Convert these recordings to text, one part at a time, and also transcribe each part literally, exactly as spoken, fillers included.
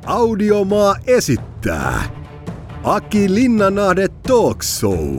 Audiomaa esittää Aki Linnanahde Talk Show.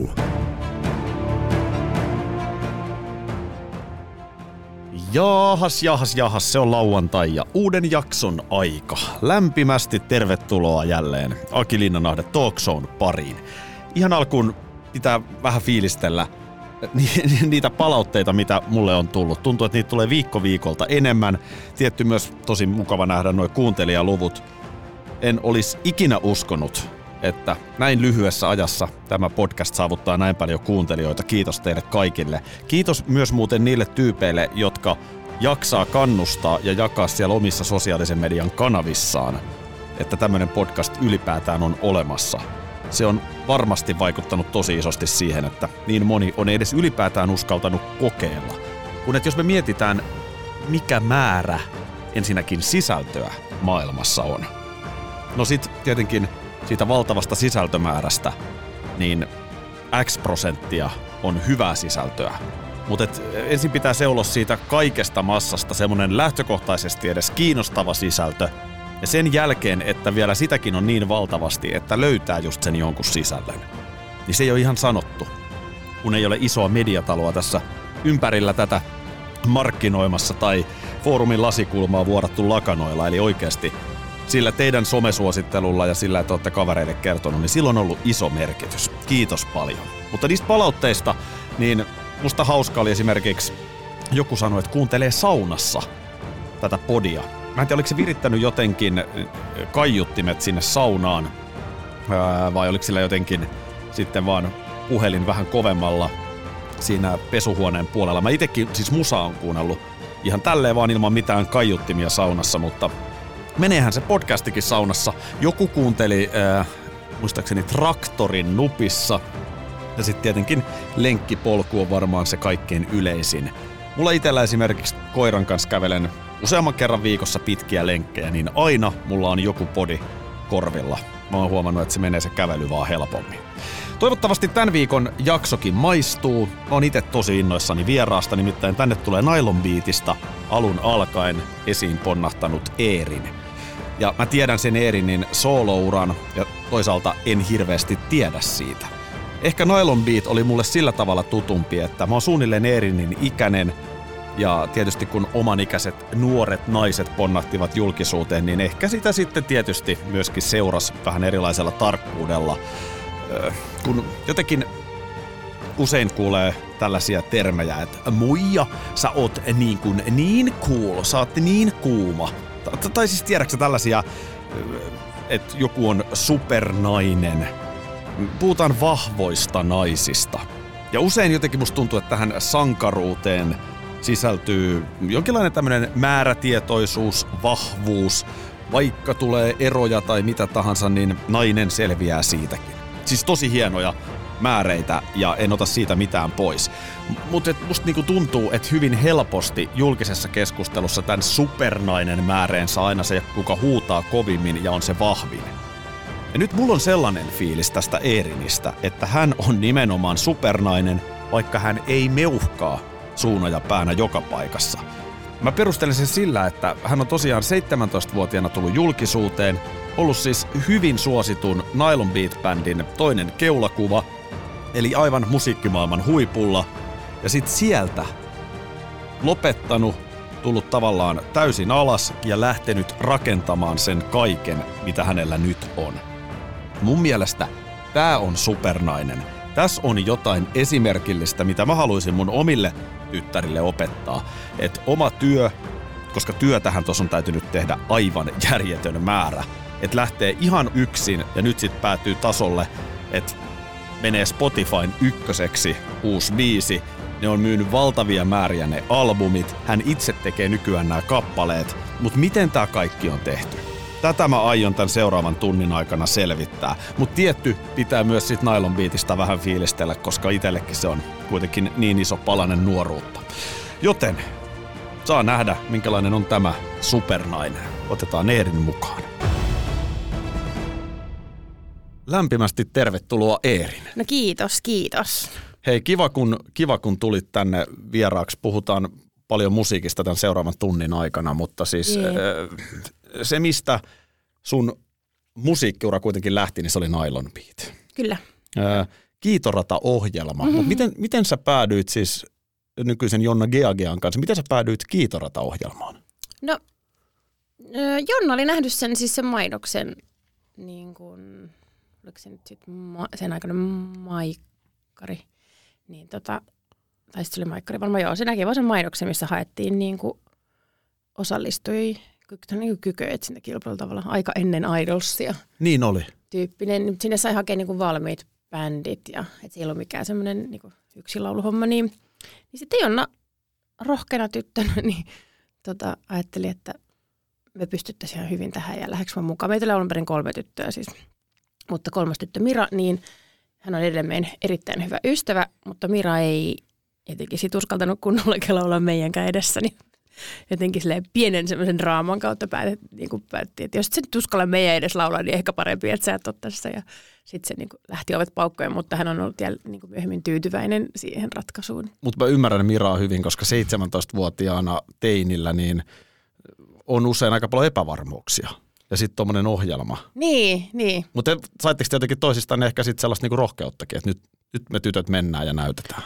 Jaahas, jahas, jahas, se on lauantai ja uuden jakson aika. Lämpimästi tervetuloa jälleen Aki Linnanahde Talk Shown pariin. Ihan alkuun pitää vähän fiilistellä niitä palautteita, mitä mulle on tullut. Tuntuu, että niitä tulee viikko viikolta enemmän. Tietty myös tosi mukava nähdä nuo kuuntelijaluvut. En olisi ikinä uskonut, että näin lyhyessä ajassa tämä podcast saavuttaa näin paljon kuuntelijoita. Kiitos teille kaikille. Kiitos myös muuten niille tyypeille, jotka jaksaa kannustaa ja jakaa siellä omissa sosiaalisen median kanavissaan, että tämmöinen podcast ylipäätään on olemassa. Se on varmasti vaikuttanut tosi isosti siihen, että niin moni on edes ylipäätään uskaltanut kokeilla. Kun että jos me mietitään, mikä määrä ensinnäkin sisältöä maailmassa on. No sit tietenkin siitä valtavasta sisältömäärästä, niin X prosenttia on hyvää sisältöä. Mutta ensin pitää seuloa siitä kaikesta massasta semmonen lähtökohtaisesti edes kiinnostava sisältö. Ja sen jälkeen, että vielä sitäkin on niin valtavasti, että löytää just sen jonkun sisällön. Niin se ei ole ihan sanottu, kun ei ole isoa mediataloa tässä ympärillä tätä markkinoimassa tai foorumin lasikulmaa vuorattu lakanoilla. Eli oikeasti sillä teidän somesuosittelulla ja sillä, että olette kavereille kertonut, niin sillä on ollut iso merkitys. Kiitos paljon. Mutta niistä palautteista, niin musta hauska oli esimerkiksi, joku sanoi, että kuuntelee saunassa tätä podia. Mä en tiedä, oliko se virittänyt jotenkin kaiuttimet sinne saunaan, vai oliko sillä jotenkin sitten vaan puhelin vähän kovemmalla siinä pesuhuoneen puolella. Mä itekin siis musaa on kuunnellut ihan tälleen vaan ilman mitään kaiuttimia saunassa, mutta meneehän se podcastikin saunassa. Joku kuunteli äh, muistaakseni traktorin nupissa, ja sitten tietenkin lenkkipolku on varmaan se kaikkein yleisin. Mulla itsellä esimerkiksi koiran kanssa kävelen useamman kerran viikossa pitkiä lenkkejä, niin aina mulla on joku podi korvilla. Mä oon huomannut, että se menee se kävely vaan helpommin. Toivottavasti tämän viikon jaksokin maistuu. Mä oon itse tosi innoissani vieraasta, nimittäin tänne tulee Nylon Beatista alun alkaen esiin ponnahtanut Eerin. Ja mä tiedän sen Eerinin soolouran ja toisaalta en hirveästi tiedä siitä. Ehkä Nylon Beat oli mulle sillä tavalla tutumpi, että mä oon suunnilleen Eerinin ikäinen. Ja tietysti kun omanikäiset nuoret naiset ponnahtivat julkisuuteen, niin ehkä sitä sitten tietysti myöskin seurasi vähän erilaisella tarkkuudella. Kun jotenkin usein kuulee tällaisia termejä, että muija, sä oot niin kuin niin cool, sä oot niin kuuma. Tai siis tiedätkö tällaisia, että joku on supernainen. Puhutaan vahvoista naisista. Ja usein jotenkin musta tuntuu, että tähän sankaruuteen sisältyy jonkinlainen tämmöinen määrätietoisuus, vahvuus. Vaikka tulee eroja tai mitä tahansa, niin nainen selviää siitäkin. Siis tosi hienoja määreitä ja en ota siitä mitään pois. Mutta musta niinku tuntuu, että hyvin helposti julkisessa keskustelussa tämän supernainen määreen saa aina se, kuka huutaa kovimmin ja on se vahvin. Ja nyt mulla on sellainen fiilis tästä Eerinistä, että hän on nimenomaan supernainen, vaikka hän ei meuhkaa suuna ja päänä joka paikassa. Mä perustelen sen sillä, että hän on tosiaan seitsemäntoistavuotiaana tullut julkisuuteen, ollut siis hyvin suositun Nylon Beat-bändin toinen keulakuva, eli aivan musiikkimaailman huipulla, ja sit sieltä lopettanut, tullut tavallaan täysin alas ja lähtenyt rakentamaan sen kaiken, mitä hänellä nyt on. Mun mielestä tää on supernainen. Tässä on jotain esimerkillistä, mitä mä haluaisin mun omille tyttärille opettaa. Että oma työ, koska työtähän tuossa on täytynyt tehdä aivan järjetön määrä. Että lähtee ihan yksin ja nyt sit päätyy tasolle, että menee Spotifyn ykköseksi uusi biisi. Ne on myynyt valtavia määriä ne albumit. Hän itse tekee nykyään nämä kappaleet. Mutta miten tää kaikki on tehty? Tätä mä aion tämän seuraavan tunnin aikana selvittää. Mutta tietty pitää myös sit Nylon Beatista vähän fiilistellä, koska itsellekin se on kuitenkin niin iso palanen nuoruutta. Joten saa nähdä, minkälainen on tämä supernainen. Otetaan Eerin mukaan. Lämpimästi tervetuloa Eerin. No kiitos, kiitos. Hei, kiva kun, kiva kun tulit tänne vieraaksi. Puhutaan paljon musiikista tämän seuraavan tunnin aikana, mutta siis yeah. se, mistä sun musiikkiura kuitenkin lähti, niin se oli Nylon Beat. Kyllä. Öö, Kiitorata-ohjelma. Mm-hmm. Mut miten, miten sä päädyit siis nykyisen Jonna Geagean kanssa, miten sä päädyit Kiitorata-ohjelmaan? No, Jonna oli nähnyt sen, siis sen mainoksen, niin kuin, oliko se nyt sit ma- sen aikana Maikkari, niin tota, tai sitten se oli Maikkari, varmaan joo, se näki vaan sen mainoksen, missä haettiin niin kuin osallistui niin kykyetsintä kilpailulla tavalla aika ennen Idolsia. Niin oli. Tyyppinen, sinne sai hakea niin kuin valmiit bändit ja et se ei ollut mikään semmoinen niin kuin yksinlauluhomma, niin, niin sitten Jonna rohkeana tyttönä niin tota, ajatteli, että me pystyttäisiin ihan hyvin tähän ja lähdekö mä mukaan. Meitä oli alun perin kolme tyttöä siis, mutta kolmas tyttö Mira, niin hän on edelleen meidän erittäin hyvä ystävä, mutta Mira ei jotenkin sit uskaltanut kunnolla olla meidänkään edessä, niin jotenkin pienen semmoisen draaman kautta päätettiin, niin päätettiin, että jos et nyt uskalla meidän edes laulaa, niin ehkä parempi, että sä et ole tässä. Ja sitten se niin kuin lähti ovet paukkojen, mutta hän on ollut vielä niin kuin myöhemmin tyytyväinen siihen ratkaisuun. Mutta mä ymmärrän Miraa hyvin, koska seitsemäntoistavuotiaana teinillä niin on usein aika paljon epävarmuuksia. Ja sitten tuommoinen ohjelma. Niin, niin. Mutta saitteko te jotenkin toisistaan ehkä sitten sellaista niinku rohkeuttakin, että nyt, nyt me tytöt mennään ja näytetään?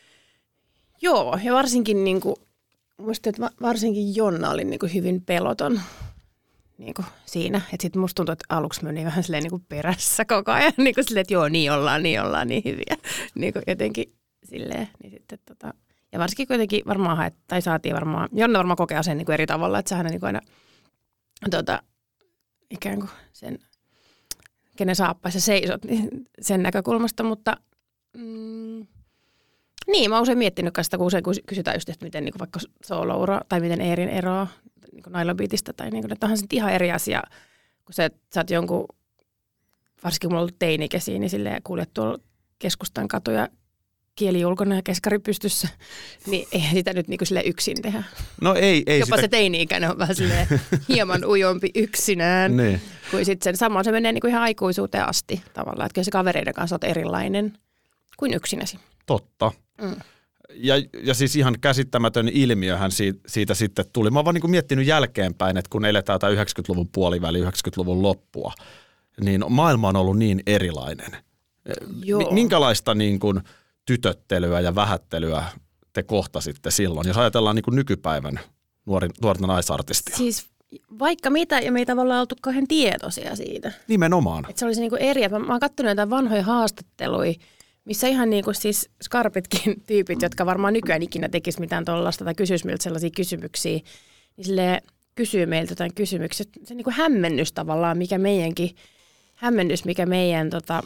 Joo, ja varsinkin niin kuin musta, että varsinkin Jonna oli niin kuin hyvin peloton niin kuin siinä. Että sitten musta tuntui, että aluksi meni vähän silleen niin kuin perässä koko ajan. Niin kuin silleen, että joo, niin ollaan, niin ollaan, niin hyviä. Niin kuin jotenkin silleen. Niin sitten, tota, ja varsinkin kuitenkin varmaan haet, tai saatiin varmaan, Jonna varmaan kokea sen niin kuin eri tavalla. Että sähän niin kuin aina tota, ikään kuin sen, kenen saappaissa seisot, niin sen näkökulmasta. Mutta mm, niin, mä oon usein miettinyt sitä, kun usein kysytään just, että miten niin vaikka solo-ura tai miten Eerin eroaa niin Nylon Beatistä. Tai niin kuin, että onhan se ihan eri asia, kun sä, sä oot jonkun, varsinkin kun mulla on ollut teini-kesiä, niin silleen kuulet tuolla keskustan katuja kieli ulkona ja keskari pystyssä, niin eihän sitä nyt niin kuin silleen yksin tehdä. No ei, ei Jopa sitä. se teini-ikäinen on vähän silleen hieman ujompi yksinään. Niin. Kuin sitten sen samoin se menee niin kuin ihan aikuisuuteen asti tavallaan. Että kyllä se kavereiden kanssa oot erilainen kuin yksinäsi. Totta. Mm. Ja, ja siis ihan käsittämätön ilmiöhän siitä, siitä sitten tuli. Mä oon vaan niin kuin miettinyt jälkeenpäin, että kun eletään tämä yhdeksänkymmentäluvun puoliväli, yhdeksänkymmentäluvun loppua, niin maailma on ollut niin erilainen. Joo. Minkälaista niin kuin tytöttelyä ja vähättelyä te kohtasitte silloin, jos ajatellaan niin kuin nykypäivän nuori, nuorta naisartistia? Siis vaikka mitä, ja me ei tavallaan oltu kauhean tietoisia siitä. Nimenomaan. Että se olisi niinku eri. Mä, mä oon katsonut näitä vanhoja haastatteluja, missä ihan niinku siis skarpitkin tyypit, jotka varmaan nykyään ikinä tekisi mitään tollaista tai kysyisi meiltä sellaisia kysymyksiä, niin silleen kysyy meiltä jotain kysymyksiä. Se niinku hämmennys tavallaan, mikä meidänkin, hämmennys, mikä meidän tota,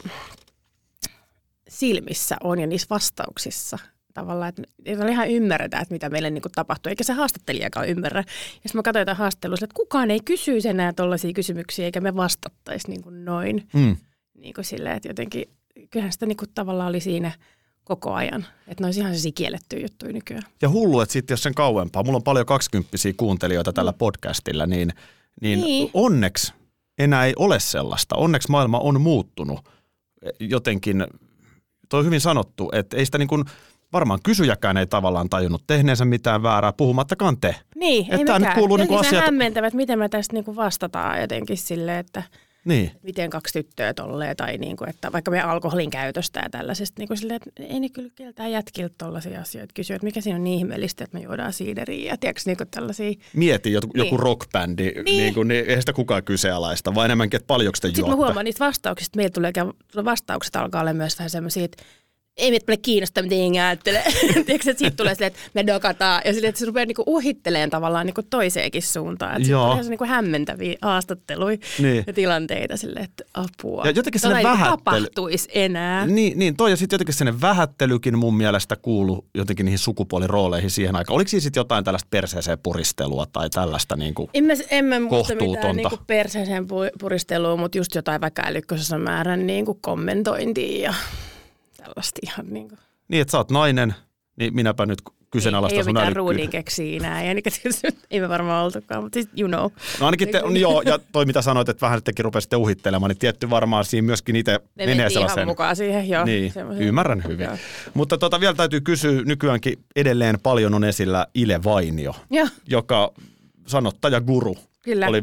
silmissä on ja niissä vastauksissa tavallaan, että ei ihan ymmärretä, että mitä meille niinku tapahtuu, eikä se haastattelijakaan ymmärrä. Ja sitten mä katsoin jotain haastattelua, että kukaan ei kysyisi enää tollaisia kysymyksiä, eikä me vastattaisi niinku noin. Mm. Niin kuin silleen, että jotenkin, kyllähän sitä niinku tavallaan oli siinä koko ajan. Että ne olisi ihan sellaisia kiellettyjä juttuja nykyään. Ja hullu, että sitten jos sen kauempaa, mulla on paljon kaksikymppisiä kuuntelijoita tällä podcastilla, niin, niin, niin onneksi enää ei ole sellaista. Onneksi maailma on muuttunut jotenkin. Tuo on hyvin sanottu, että ei sitä niin kuin, varmaan kysyjäkään ei tavallaan tajunnut tehneensä mitään väärää, puhumattakaan te. Niin, että ei tämä mikään. Nyt kuuluu niin kuin asiat. Hämmentävät, että miten me tästä niin kuin vastataan jotenkin silleen, että niin. Miten kaksi tyttöä tolleen, tai niin kuin, että vaikka meidän alkoholin käytöstä ja tällaisesta, niin kuin silleen, että ei ne kyllä keltään jätkiltä tollaisia asioita kysyä, että mikä siinä on niin ihmeellistä, että me juodaan siideriä ja tiedätkö niin kuin tällaisia. Mieti joku, niin. joku rockbändi, niin. Niin kuin, niin, eihän sitä kukaan kyseenalaista, vaan enemmänkin, että paljonko te juotte. Sitten mä huomaan niistä vastauksista, meillä tulee vastaukset alkaa olla myös vähän semmoisia, että ei meitä paljon kiinnostaa, mitä jengi ajattelee. Tiedätkö, että siitä tulee silleen, että me dokataan. Ja silleen, että se rupeaa niinku uhitteleen tavallaan niinku toiseenkin suuntaan. Että sitten on ihan niinku hämmentäviä haastatteluja niin. ja tilanteita silleen, että apua. Ja jotenkin sellainen vähättely. Tapahtuisi enää. Niin, niin toi ja sitten jotenkin sellainen vähättelykin mun mielestä kuului jotenkin niihin sukupuolirooleihin siihen aikaan. Oliko siinä sitten jotain tällaista perseeseen puristelua tai tällaista niinku en mä, en mä muista mitään niinku perseeseen puristelua, mutta just jotain vaikka älykköisen määrän niinku kommentointia ja tällaista ihan niin kuin. Niin, että sä oot nainen, niin minäpä nyt kyseenalaistan sun älykkyyden. Ei ole mitään ruudinkeksiä ja niin, ei me varmaan oltukaan, mutta siis you know. No ainakin te, no joo, ja toi mitä sanoit, että vähän tekin rupesitte uhittelemaan, niin tietty varmaan siinä myöskin itse me menee sellaisen. ihan mukaan siihen, joo. Niin, ymmärrän hyvin. Joo. Mutta tota, vielä täytyy kysyä, nykyäänkin edelleen paljon on esillä Ile Vainio, ja. joka sanottajaguru. Kyllä. Oli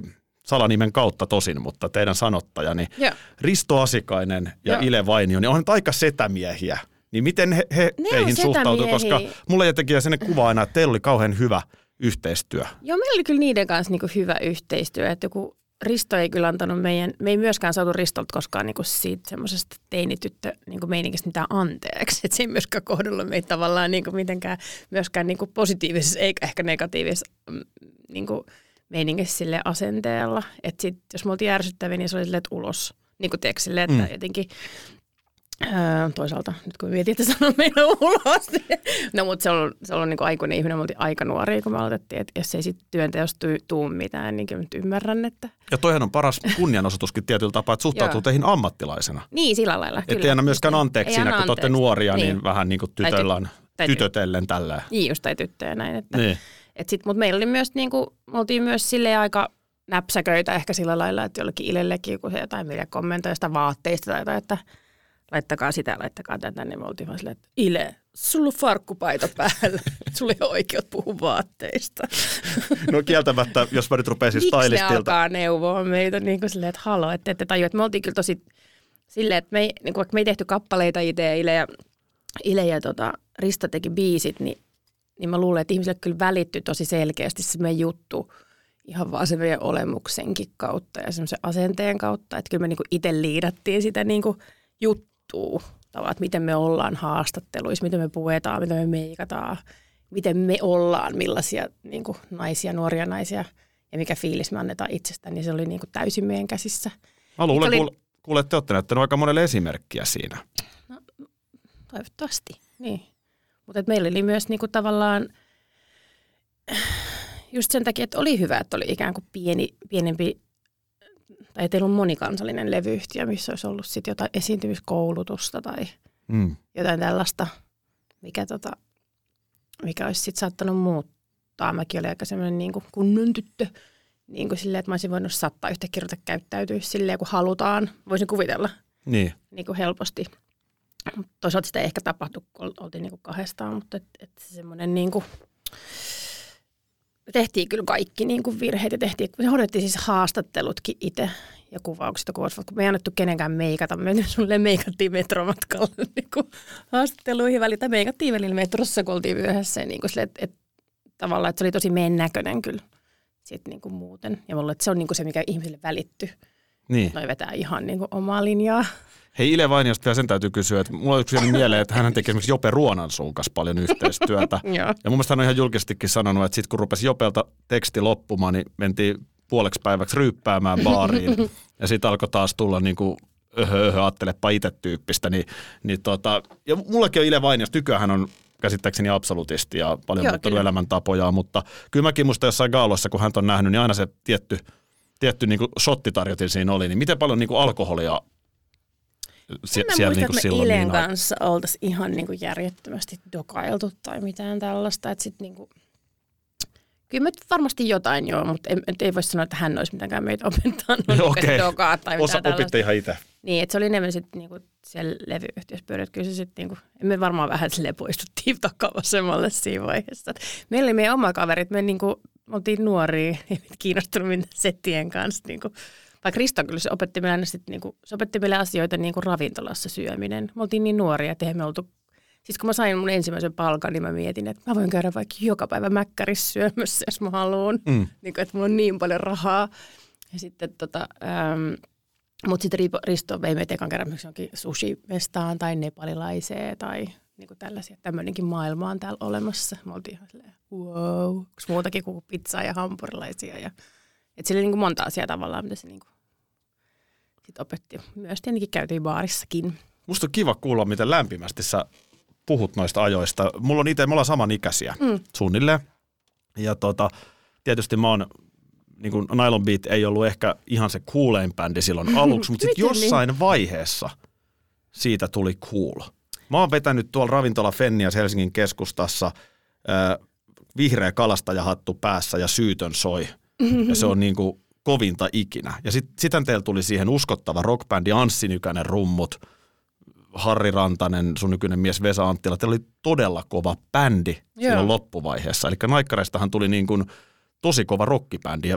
salanimen kautta tosin, mutta teidän sanottajani Joo. Risto Asikainen ja Joo. Ile Vainio, niin onhan aika setämiehiä. Niin miten he, he Ne teihin suhtautuu, koska mulle jotenkin sellainen kuva aina, että teillä oli kauhean hyvä yhteistyö. Joo, meillä oli kyllä niiden kanssa niinku hyvä yhteistyö, että joku Risto ei kyllä antanut meidän, me ei myöskään saatu Ristolta koskaan niinku siitä semmoisesta teinityttö niinku meininkistä mitään anteeksi, että se ei myöskään kohdellut meitä tavallaan niinku mitenkään myöskään niinku positiivisessa eikä ehkä negatiivisessa niinku meiningissä sille asenteella, että sit jos me oltiin ärsyttäviä, niin se oli silleen, että ulos, niinku tiedätkö silleen, että mm. jotenkin Öö, toisaalta, nyt kun mietin, että sanon meillä ulos. Niin, no, mutta se on, se on niin kuin aikuinen ihminen, me oltiin aika nuoria, kun me aloitettiin, että jos ei sitten työnteosta tuu mitään, niin kyllä nyt ymmärrän, että... Ja toihan on paras kunnianosoituskin tietyllä tapaa, että suhtautuu teihin ammattilaisena. Niin, sillä lailla, kyllä. Että ei aina myöskään anteeksi siinä, kun te olette nuoria, niin, niin vähän niin kuin tytöillä on ty- tytötellen tällä. Niin, just tai tyttöjä näin. Että, niin. et sit, mutta meillä oli myös, niin kuin, me oltiin myös silleen aika näpsäköitä ehkä sillä lailla, että jollekin Ilellekin, kun se jotain meille kommentoi sitä vaatteista tai jotain, että laittakaa sitä, laittakaa tätä, niin me oltiin vaan silleen, että Ile, sulla on farkkupaita päällä. Sulla ei ole oikeut puhua vaatteista. No kieltämättä, jos mä nyt rupesin stylistilta. Miksi ne alkaa neuvoa meitä niin kuin silleen, että halo, että ette tajua, että me oltiin kyllä tosi silleen, että me ei, niin kuin, vaikka me ei tehty kappaleita itse, Ile ja, Ile ja tota, Risto teki biisit, niin, niin mä luulen, että ihmisille kyllä välittyi tosi selkeästi se meidän juttu ihan vaan se meidän olemuksenkin kautta ja semmoisen asenteen kautta, että kyllä me niin kuin itse liidattiin sitä niin kuin juttua. Tavallaan, että miten me ollaan haastatteluissa, miten me puetaan, miten me meikataan, miten me ollaan, millaisia niin kuin, naisia, nuoria naisia ja mikä fiilis me annetaan itsestään, niin se oli niin kuin, täysin meidän käsissä. Mä luulen, oli... kuule, kuule, että te olette näyttäneet aika monelle esimerkkiä siinä. No, toivottavasti, niin. Mutta meillä oli myös niin kuin, tavallaan just sen takia, että oli hyvä, että oli ikään kuin pieni, pienempi tai teillä on monikansallinen levyyhtiö, missä olisi ollut sit jotain esiintymiskoulutusta tai mm. jotain tällaista, mikä, tota, mikä olisi sitten saattanut muuttaa. Mäkin olin aika semmoinen niin kuin kunnon tyttö, niin kuin silleen, että mä olisin voinut saattaa yhtäkkiä ruveta käyttäytyä silleen, kun halutaan. Voisin kuvitella niin. Niin kuin helposti. Toisaalta sitä ei ehkä tapahtu, kun oltiin niin kuin kahdestaan, mutta et, et semmoinen niin kuin tehtiin kyllä kaikki niin kuin virheet ja tehtiin, me hoidettiin siis haastattelutkin itse ja kuvaukset ja kuvaukset, kun me ei annettu kenenkään meikata. Me sulle meikattiin metromatkalla niin kuin haastatteluihin välillä. Meikattiin välillä metrossa, kun oltiin myöhässä. Niin kuin sille, että, että, tavallaan, että se oli tosi meidän näköinen kyllä sit niin kuin muuten. Ja mulla, että se on niin kuin se, mikä ihmisille välittyy. Niin. Noi vetää ihan niin kuin omaa linjaa. Hei Ile Vainiosta vielä sen täytyy kysyä, että mulla on yksi mieleen, että hän teki esimerkiksi Jope Ruonansuun kanssa paljon yhteistyötä. Ja mun mielestä hän on ihan julkisestikin sanonut, että sitten kun rupesi Jopelta teksti loppumaan, niin mentiin puoleksi päiväksi ryyppäämään baariin. Ja sitten alkoi taas tulla niin kuin öhö, öhö, ajattelepa itse tyyppistä. Niin, niin tota, ja mullakin on Ile Vainiosta, nykyään hän on käsittääkseni absolutisti ja paljon Joo, muuttanut elämäntapojaan, mutta kyllä mäkin musta jossain gaaloissa, kun hän on nähnyt, niin aina se tietty, tietty niin kuin shottitarjotin siinä oli. Niin miten paljon niin kuin alkoholia Sie- en mä siellä muista, niinku että me silloin Ilen niin kanssa oltaisiin ihan niinku järjettömästi dokailtu tai mitään tällaista. Et sit niinku, kyllä me varmasti jotain joo, mutta ei, ei voi sanoa, että hän olisi mitenkään meitä opettanut okay. dokaa tai Osa, mitään tällaista. opitte ihan itse. Niin, että se oli enemmän sitten niinku siellä levyyhtiössä pyörät. Kyllä se sitten niinku, me varmaan vähän silleen poistuttiin takavasemmalle siinä vaiheessa. Meillä oli meidän oma kaverit, me niinku, oltiin nuoria, ei meitä kiinnostunut mitään settien kanssa niinku. Vaikka Risto kyllä se opetti meille, sit, niinku, se opetti meille asioita niin kuin ravintolassa syöminen. Me oltiin niin nuoria, että me oltu. Siis kun mä sain mun ensimmäisen palkan, niin mä mietin, että mä voin käydä vaikka joka päivä mäkkärissä syömässä, jos mä haluan. Mm. Niin kuin, että mulla on niin paljon rahaa. Ja sitten tota, ähm, mutta sitten Risto vei meitä ekan kerran johonkin sushi-mestaan tai nepalilaiseen tai niin kuin tällaisia. Tämmöinenkin maailma on täällä olemassa. Me oltiin ihan silleen, wow, onko muutakin kuin pizzaa ja hampurilaisia ja että sillä oli niin monta asiaa tavallaan, mitä se niin sitten opetti. Myös tietenkin käytiin baarissakin. Musta on kiva kuulla, miten lämpimästi sä puhut noista ajoista. Mulla on itse, me ollaan samanikäisiä mm. suunnilleen. Ja tota, tietysti mä oon, niin kuin Nylon Beat ei ollut ehkä ihan se coolein bändi silloin aluksi, mutta sitten jossain niin? vaiheessa siitä tuli cool. Mä oon vetänyt tuolla ravintola Fennias Helsingin keskustassa äh, vihreä kalastajahattu päässä ja syytön soi. Ja se on niin kuin kovinta ikinä. Ja sit, sitten teillä tuli siihen uskottava rockbändi, Anssi Nykänen rummut, Harri Rantanen, sun nykyinen mies Vesa Anttila. Teillä oli todella kova bändi Joo. silloin loppuvaiheessa. Eli Naikkareistahan tuli niin kuin tosi kova rockibändi. Ja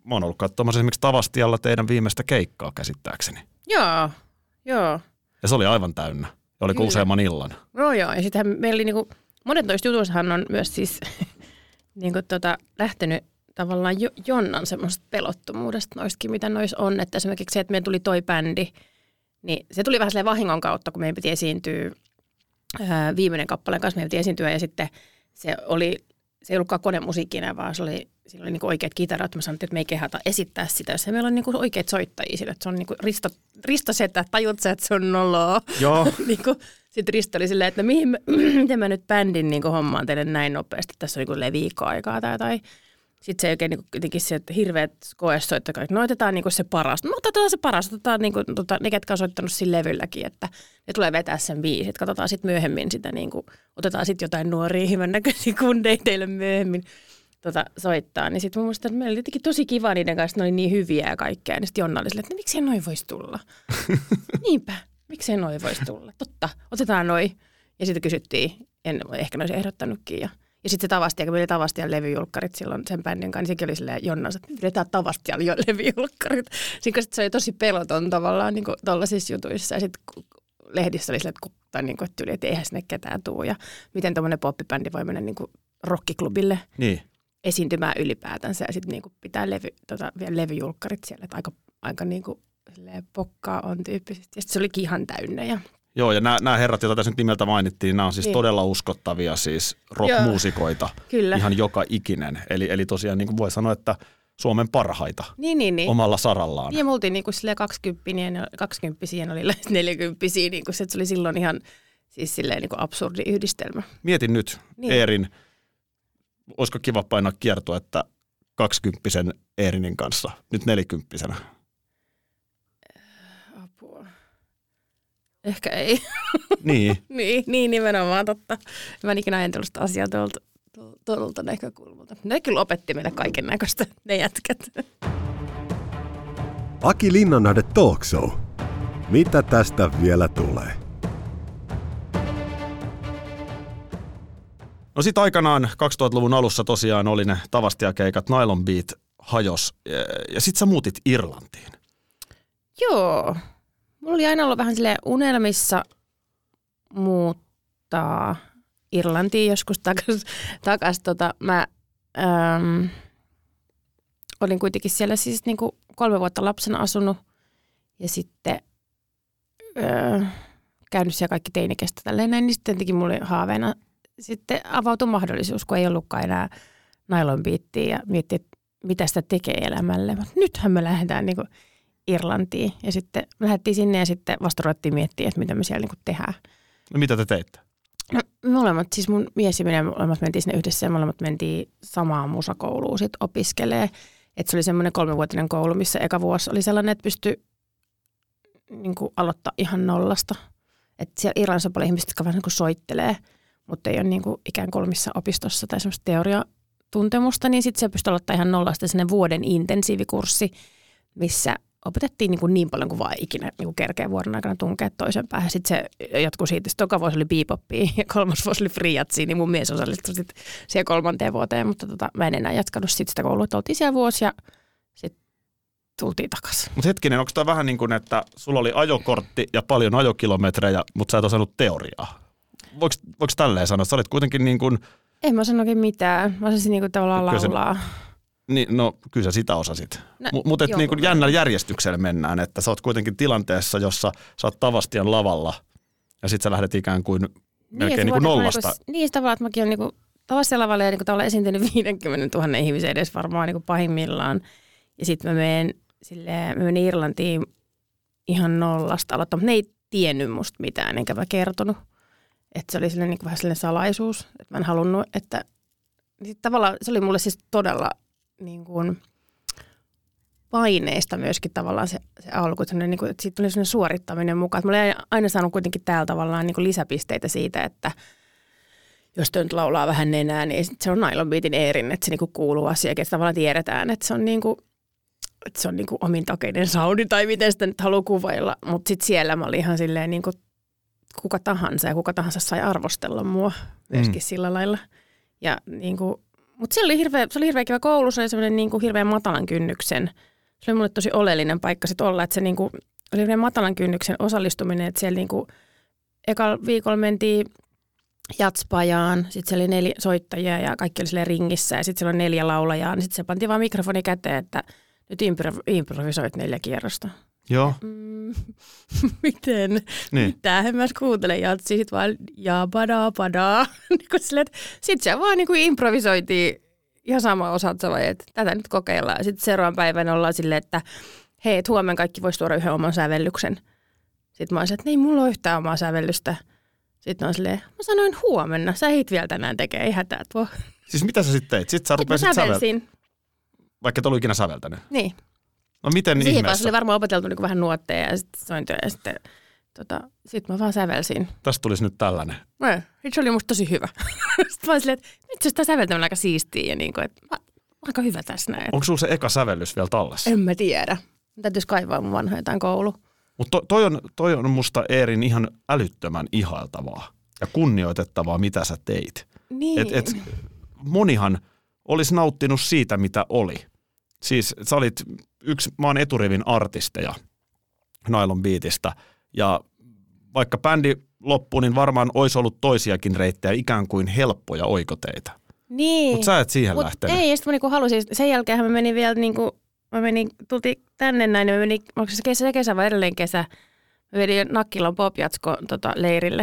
mä oon ollut katsomassa esimerkiksi Tavastialla teidän viimeistä keikkaa käsittääkseni. Joo, joo. Ja se oli aivan täynnä. Ja oliko useamman illan? No joo, ja sittenhän meillä oli niinku, monet noista jutuissahan on myös siis niinku tota, lähtenyt tavallaan jo, Jonnan semmoista pelottomuudesta noistakin, mitä noissa on. Että esimerkiksi se, että meillä tuli toi bändi, niin se tuli vähän silleen vahingon kautta, kun meidän piti esiintyä ää, viimeinen kappaleen kanssa, meidän piti esiintyä ja sitten se oli, se ei ollutkaan konemusiikkina, vaan se oli, sillä oli niinku oikeat kitarat. Mä sanottiin, että me ei kehata esittää sitä, jos meillä on niinku oikeat soittajia sille, että se on niinku Risto, Risto Setä, tajut sä, että se on noloa. Joo. niinku, sitten Risto oli silleen, että mihin mä, miten mä nyt bändin niinku hommaan teille näin nopeasti, tässä on niinku viikko aikaa tai jotain. Sitten se oikein niin jotenkin se, että hirveät koesoitto kaikki. No otetaan niin se paras. No otetaan se paras. Otetaan niin kuin, tota, ne, ketkä on soittanut sillä levylläkin, että ne tulee vetää sen biisit. Katsotaan sitten myöhemmin sitä, niin kuin, otetaan sitten jotain nuoria hyvännäköisiä kundeja teille myöhemmin tota, soittaa. Niin sitten mun mielestä, että meillä oli jotenkin tosi kiva niiden kanssa, ne oli niin hyviä ja kaikkea. Ja sitten Jonna oli silleen, että miksei noi voisi tulla? Niinpä, miksei noi voisi tulla? Totta, otetaan noi. Ja sitten kysyttiin, en ehkä ne olisi ehdottanutkin ja Ja sitten se Tavastia, kun meillä oli Tavastian levyjulkkarit silloin sen bändin kanssa, niin sekin oli silleen Jonnansa, että nyt pidetään Tavastian levyjulkkarit. Sitten se oli tosi peloton tavallaan niin tuollaisissa jutuissa. Ja sitten lehdissä oli silleen, että, tai niin kuin, että, tuli, että eihän sinne ketään tuu. Ja miten tuommoinen poppibändi voi mennä niin kuin rockiklubille niin esiintymään ylipäätänsä. Ja sitten niin kuin pitää levy, tota, vielä levyjulkkarit siellä, että aika, aika niin kuin, pokkaa on tyyppisesti. Ja sitten se olikin ihan täynnä ja joo, ja nämä, nämä herrat, joita tässä nyt nimeltä mainittiin, nämä on siis niin todella uskottavia siis rockmuusikoita. Kyllä. Ihan joka ikinen. Eli, eli tosiaan niin kuin voi sanoa, että Suomen parhaita niin, niin, niin. omalla sarallaan. Niin, ja me oltiin niin kuin kaksikymppisiä, oli lähes neljäkymppisiä, niin kuin se, että se oli silloin ihan siis silleen niin kuin absurdi yhdistelmä. Mietin nyt, niin. Eerin, olisiko kiva painaa kiertoa, että kaksikymppisen Eerinin kanssa, nyt nelikymppisenä? Ehkä ei. Niin. niin, niin, nimenomaan totta. Mä en ikinä ajatellut sitä asiaa tuolta, tuolta näkökulmalta. Ne kyllä opetti meille kaiken näköistä, ne jätkät. Aki Linnanahde Talk Show. Mitä tästä vielä tulee? No sit aikanaan kaksituhattaluvun alussa tosiaan oli ne Tavastia-keikat, Nylon Beat hajos ja sit sä muutit Irlantiin. Joo. Mulla oli aina ollut vähän silleen unelmissa muuttaa Irlantiin joskus takas. takas tota, mä äm, olin kuitenkin siellä siis niinku kolme vuotta lapsena asunut ja sitten öö, käynyt siellä kaikki teinikestä tälleen näin. Niin sitten tietenkin mulla oli haaveena sitten avautui mahdollisuus, kun ei ollutkaan enää Nylon Beatia ja miettii, että mitä sitä tekee elämälle. Mutta nythän me lähdetään niinku Irlantiin. Ja sitten lähdettiin sinne ja sitten vasta ruvettiin miettiä, että mitä me siellä niin kuin tehdään. No mitä te teitte? No molemmat, siis mun mies ja minä molemmat mentiin sinne yhdessä ja molemmat mentiin samaan musakouluun sitten opiskelee. Että se oli semmoinen kolmevuotinen koulu, missä eka vuosi oli sellainen, että pystyi niin kuin aloittaa ihan nollasta. Että siellä Irlannissa on paljon ihmisiä, jotka vähän niin kuin soittelee, mutta ei ole niin kuin ikään kuin missään opistossa tai semmoista teoriatuntemusta, niin sitten se pystyi aloittaa ihan nollasta sellainen vuoden intensiivikurssi, missä opetettiin niin, niin paljon kuin vaan ikinä niin kerkeä vuoden aikana tunkea toisen päähän. Sitten se jatkui siitä. Sitten toka vuosi oli beboppia ja kolmas vuosi oli friatsia, niin mun mies osallistui sitten siihen kolmanteen vuoteen. Mutta tota, mä en enää jatkanut sit sitä koulua. Oltiin siellä vuosi ja sitten tultiin takaisin. Mutta hetkinen, onko tämä vähän niin kuin, että sulla oli ajokortti ja paljon ajokilometrejä, mutta sä et osannut teoriaa? Voiko, voiko tälleen sanoa? Sä olet kuitenkin niin kuin... En mä sano oikein mitään. Mä osasin niin kuin tavallaan laulaa. Niin, no kyllä sä sitä osasit. No, M- mutta niin kuin jännällä järjestyksellä mennään, että sä oot kuitenkin tilanteessa, jossa sä oot Tavastian lavalla ja sit sä lähdet ikään kuin melkein niin, niin kuin nollasta. Niin, niin tavallaan, että mäkin olen niin Tavastian lavalla ja niin tavallaan esiintynyt viisikymmentätuhatta ihmisen edes varmaan niin kuin pahimmillaan. Ja sitten mä menen, silleen, mä menen Irlantiin ihan nollasta aloittamaan. Ne ei tiennyt musta mitään, enkä mä kertonut. Että se oli silleen, niin kuin vähän sellainen salaisuus, että mä en halunnut, että tavallaan se oli mulle siis todella niin kuin paineista myöskin tavallaan se, se alku, että, niin kuin, että siitä tuli sellainen suorittaminen mukaan. Että mä olin aina saanut kuitenkin täällä tavallaan niin kuin lisäpisteitä siitä, että jos toi nyt laulaa vähän nenää, niin se on Nylon Beatin Eerin, että se niin kuin kuuluu asiakin, että tavallaan tiedetään, että se on niin kuin, että se on niin kuin omintakeinen soundi tai miten sitä nyt haluaa kuvailla. Mutta sitten siellä mä olin ihan silleen niin kuin kuka tahansa ja kuka tahansa sai arvostella mua myöskin mm. sillä lailla. Ja niin kuin Mutta se oli hirveä, se oli hirveä kiva koulu, se oli semmoinen niin kuin hirveän matalan kynnyksen. Se oli mulle tosi oleellinen paikka sit olla, että se niin kuin, oli hirveän matalan kynnyksen osallistuminen, että siellä niin kuin, ekalla viikolla mentiin jatspajaan, sitten siellä oli neljä soittajia ja kaikki oli silleen ringissä ja sitten siellä oli neljä laulajaa, niin sitten se pantiin vaan mikrofoni käteen, että nyt improv- improvisoit neljä kierrosta. Joo. Mm, miten? Niin. Mitähän mä kuuntelen jatsia, sit vaan ja padaa padaa. Sitten se vaan niinku improvisoitiin ihan sama osaatsa vai, että tätä nyt kokeillaan. Ja sitten seuraavan päivän ollaan silleen, että hei, et huomenna kaikki vois tuoda yhden oman sävellyksen. Sitten mä olisin, että ei mulla ole yhtään omaa sävellystä. Sitten on silleen, mä sanoin huomenna, sä hit vielä tänään tekee, ei hätää tuo. Siis mitä sä sitten teit? Sitten sä rupesit säveltämään. Vaikka et ollut ikinä säveltänyt. Niin. No miten siihen ihmeessä? Siihen oli varmaan opeteltu niin vähän nuotteja ja sitten sointuja ja sitten tota, sit mä vaan sävelsin. Tästä tulisi nyt tällainen. No, se oli musta tosi hyvä. Sitten mä olin silleen, että nyt se sitä säveltämään aika siistiä ja niin kuin, että mä, aika hyvä tässä näin. Onko sulla se eka sävellys vielä tallessa? En mä tiedä. Mä täytyisi kaivaa mun vanha jotain koulu. Mutta to, toi, on, toi on musta Eerin ihan älyttömän ihailtavaa ja kunnioitettavaa, mitä sä teit. Niin. Et, et, monihan olisi nauttinut siitä, mitä oli. Siis sä olit yksi maan eturivin artisteja Nylon Beatistä ja vaikka bändi loppui, niin varmaan olisi ollut toisiakin reittejä, ikään kuin helppoja oikoteitä. Niin. Mutta sä et siihen Mut lähtenyt. Ei, ja sitten mä niinku halusin, sen jälkeen mä menin vielä niinku, mä menin, tultiin tänne näin, niin mä menin, onko se kesä, kesä vai edelleen kesä, mä menin Nakkilan Pop-jatsko tota, leirille.